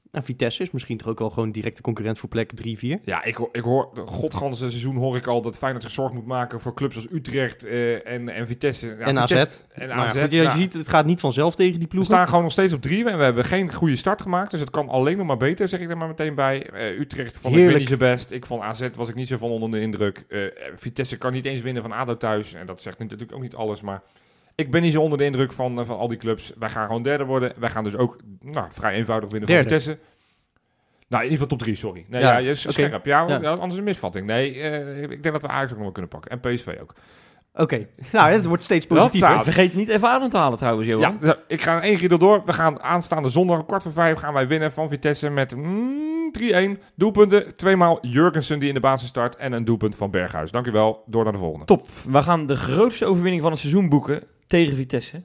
[SPEAKER 2] En Vitesse is misschien toch ook wel gewoon directe concurrent voor plek drie vier.
[SPEAKER 1] Ja, ik, hoor- ik hoor, godganse seizoen hoor ik al dat Feyenoord zich zorg moet maken voor clubs als Utrecht eh, en, en Vitesse. Ja,
[SPEAKER 2] En
[SPEAKER 1] Vitesse-
[SPEAKER 2] A Z.
[SPEAKER 1] En
[SPEAKER 2] Maar ja,
[SPEAKER 1] A Z.
[SPEAKER 2] goed, je, je
[SPEAKER 1] nou,
[SPEAKER 2] ziet, het gaat niet vanzelf tegen die
[SPEAKER 1] we
[SPEAKER 2] ploegen.
[SPEAKER 1] staan gewoon nog steeds op drie en we hebben geen goede start gemaakt. Dus het kan alleen nog maar beter, zeg ik er maar meteen bij. Eh, Utrecht vond ik
[SPEAKER 2] Heerlijk.
[SPEAKER 1] weer niet zo best. Ik vond A Z was ik niet zo van onder de indruk. Eh, Vitesse kan niet eens winnen van ADO thuis. En dat zegt natuurlijk ook niet alles, maar... Ik ben niet zo onder de indruk van, uh, van al die clubs. Wij gaan gewoon derde worden. Wij gaan dus ook nou, vrij eenvoudig winnen
[SPEAKER 2] Derde.
[SPEAKER 1] van Vitesse. Nou, in ieder geval top drie, sorry. Nee,
[SPEAKER 2] Ja,
[SPEAKER 1] ja, je is
[SPEAKER 2] oké.
[SPEAKER 1] scherp. Ja,
[SPEAKER 2] Ja.
[SPEAKER 1] ja, anders een misvatting. Nee, uh, ik denk dat we Ajax ook nog wel kunnen pakken. En P S V ook.
[SPEAKER 2] Oké, okay. Nou, het wordt steeds
[SPEAKER 1] Wel
[SPEAKER 2] positiever.
[SPEAKER 1] taal.
[SPEAKER 3] Vergeet niet even adem te halen trouwens, Johan.
[SPEAKER 1] Ja, dus ik ga één keer door. We gaan aanstaande zondag, kwart voor vijf, gaan wij winnen van Vitesse met mm, drie-een. Doelpunten, tweemaal Jurgensen die in de basis start en een doelpunt van Berghuis. Dankjewel, door naar de volgende.
[SPEAKER 3] Top. We gaan de grootste overwinning van het seizoen boeken tegen Vitesse.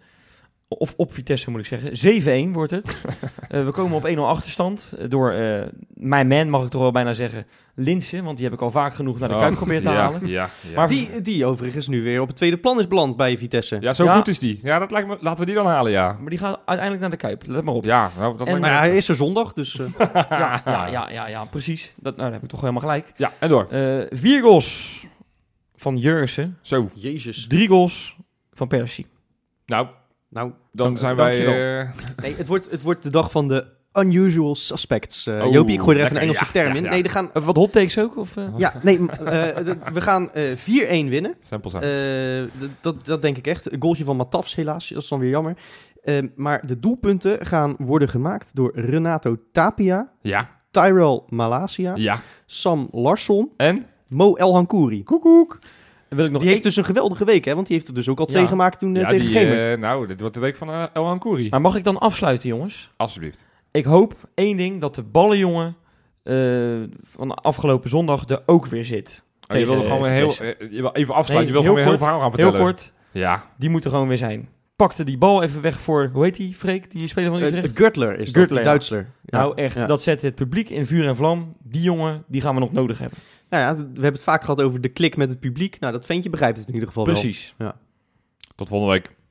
[SPEAKER 3] Of op Vitesse moet ik zeggen. zeven-een wordt het. uh, we komen op één nul achterstand. Uh, door uh, mijn man, mag ik toch wel bijna zeggen, Linssen. Want die heb ik al vaak genoeg naar de Kuip geprobeerd te
[SPEAKER 1] ja,
[SPEAKER 3] halen.
[SPEAKER 1] Ja, ja.
[SPEAKER 3] Maar-
[SPEAKER 2] Die, die overigens nu weer op het tweede plan is beland bij Vitesse.
[SPEAKER 1] ja, zo
[SPEAKER 3] Ja.
[SPEAKER 1] goed is die. Ja, dat lijkt me, laten we die dan halen, ja.
[SPEAKER 3] Maar die gaat uiteindelijk naar de Kuip. Let maar op.
[SPEAKER 1] Ja, nou, dat
[SPEAKER 3] En-
[SPEAKER 1] lijkt
[SPEAKER 2] Maar
[SPEAKER 1] me...
[SPEAKER 2] ja, hij is er zondag, dus... uh,
[SPEAKER 3] ja, ja, ja, ja, ja, precies. Dat, nou, dan heb ik toch helemaal gelijk.
[SPEAKER 1] Ja, en door.
[SPEAKER 3] Uh, vier goals van Jurgensen.
[SPEAKER 1] Zo,
[SPEAKER 2] Jezus.
[SPEAKER 3] Drie goals van Persie.
[SPEAKER 1] nou,
[SPEAKER 2] Nou,
[SPEAKER 1] dan
[SPEAKER 3] Dank-
[SPEAKER 1] zijn
[SPEAKER 3] dankjewel.
[SPEAKER 1] wij... eh,
[SPEAKER 2] nee, het wordt, het wordt de dag van de unusual suspects. Uh,
[SPEAKER 1] Oh,
[SPEAKER 2] Jopie, ik gooi er even een
[SPEAKER 1] lekker.
[SPEAKER 2] Engelse
[SPEAKER 1] Ja,
[SPEAKER 2] term
[SPEAKER 1] ja,
[SPEAKER 2] in.
[SPEAKER 1] ja.
[SPEAKER 2] Nee, er gaan...
[SPEAKER 3] Even wat hot takes ook? Of, uh?
[SPEAKER 2] Ja, nee, m- uh, de- we gaan uh, vier-een winnen.
[SPEAKER 1] Sample
[SPEAKER 2] Uh,
[SPEAKER 1] size.
[SPEAKER 2] d- dat, dat denk ik echt. Een goaltje van Matafs helaas, dat is dan weer jammer. Uh, maar de doelpunten gaan worden gemaakt door Renato Tapia,
[SPEAKER 1] Ja,
[SPEAKER 2] Tyrell Malasia,
[SPEAKER 1] ja.
[SPEAKER 2] Sam Larsson,
[SPEAKER 1] En?
[SPEAKER 2] Mo El Hankouri.
[SPEAKER 1] Koekoek.
[SPEAKER 3] Dan wil ik nog
[SPEAKER 2] Die heeft
[SPEAKER 3] één-
[SPEAKER 2] dus een geweldige week, hè? Want die heeft er dus ook al twee
[SPEAKER 3] Ja.
[SPEAKER 2] gemaakt toen uh,
[SPEAKER 1] Ja,
[SPEAKER 2] tegen
[SPEAKER 1] die,
[SPEAKER 2] Gemert.
[SPEAKER 1] eh, nou, dit wordt de week van uh, El Hankouri.
[SPEAKER 3] Maar mag ik dan afsluiten, jongens?
[SPEAKER 1] Alsjeblieft.
[SPEAKER 3] Ik hoop één ding, dat de ballenjongen uh, van afgelopen zondag er ook weer zit.
[SPEAKER 1] Oh, je wilde
[SPEAKER 3] Tegen,
[SPEAKER 1] gewoon
[SPEAKER 3] eh,
[SPEAKER 1] heel...
[SPEAKER 3] Vitesse.
[SPEAKER 1] eh, je wil even afsluiten,
[SPEAKER 3] Nee,
[SPEAKER 1] je wil gewoon
[SPEAKER 3] heel
[SPEAKER 1] weer heel
[SPEAKER 3] kort,
[SPEAKER 1] verhaal gaan
[SPEAKER 3] Heel
[SPEAKER 1] vertellen.
[SPEAKER 3] kort,
[SPEAKER 1] Ja.
[SPEAKER 3] die moet er gewoon weer zijn. Pakte die bal even weg voor, hoe heet die, Freek, die speler van
[SPEAKER 2] Uh,
[SPEAKER 3] Utrecht?
[SPEAKER 2] Gürtler is dat,
[SPEAKER 3] Gürtler,
[SPEAKER 2] die
[SPEAKER 3] ja.
[SPEAKER 2] Duitsler. Ja.
[SPEAKER 3] Nou echt,
[SPEAKER 2] Ja.
[SPEAKER 3] dat zet het publiek in vuur en vlam. Die jongen, die gaan we nog nodig hebben.
[SPEAKER 2] Nou ja, we hebben het vaak gehad over de klik met het publiek. Nou, dat ventje begrijpt het in ieder geval wel.
[SPEAKER 3] Precies.
[SPEAKER 1] Tot volgende week.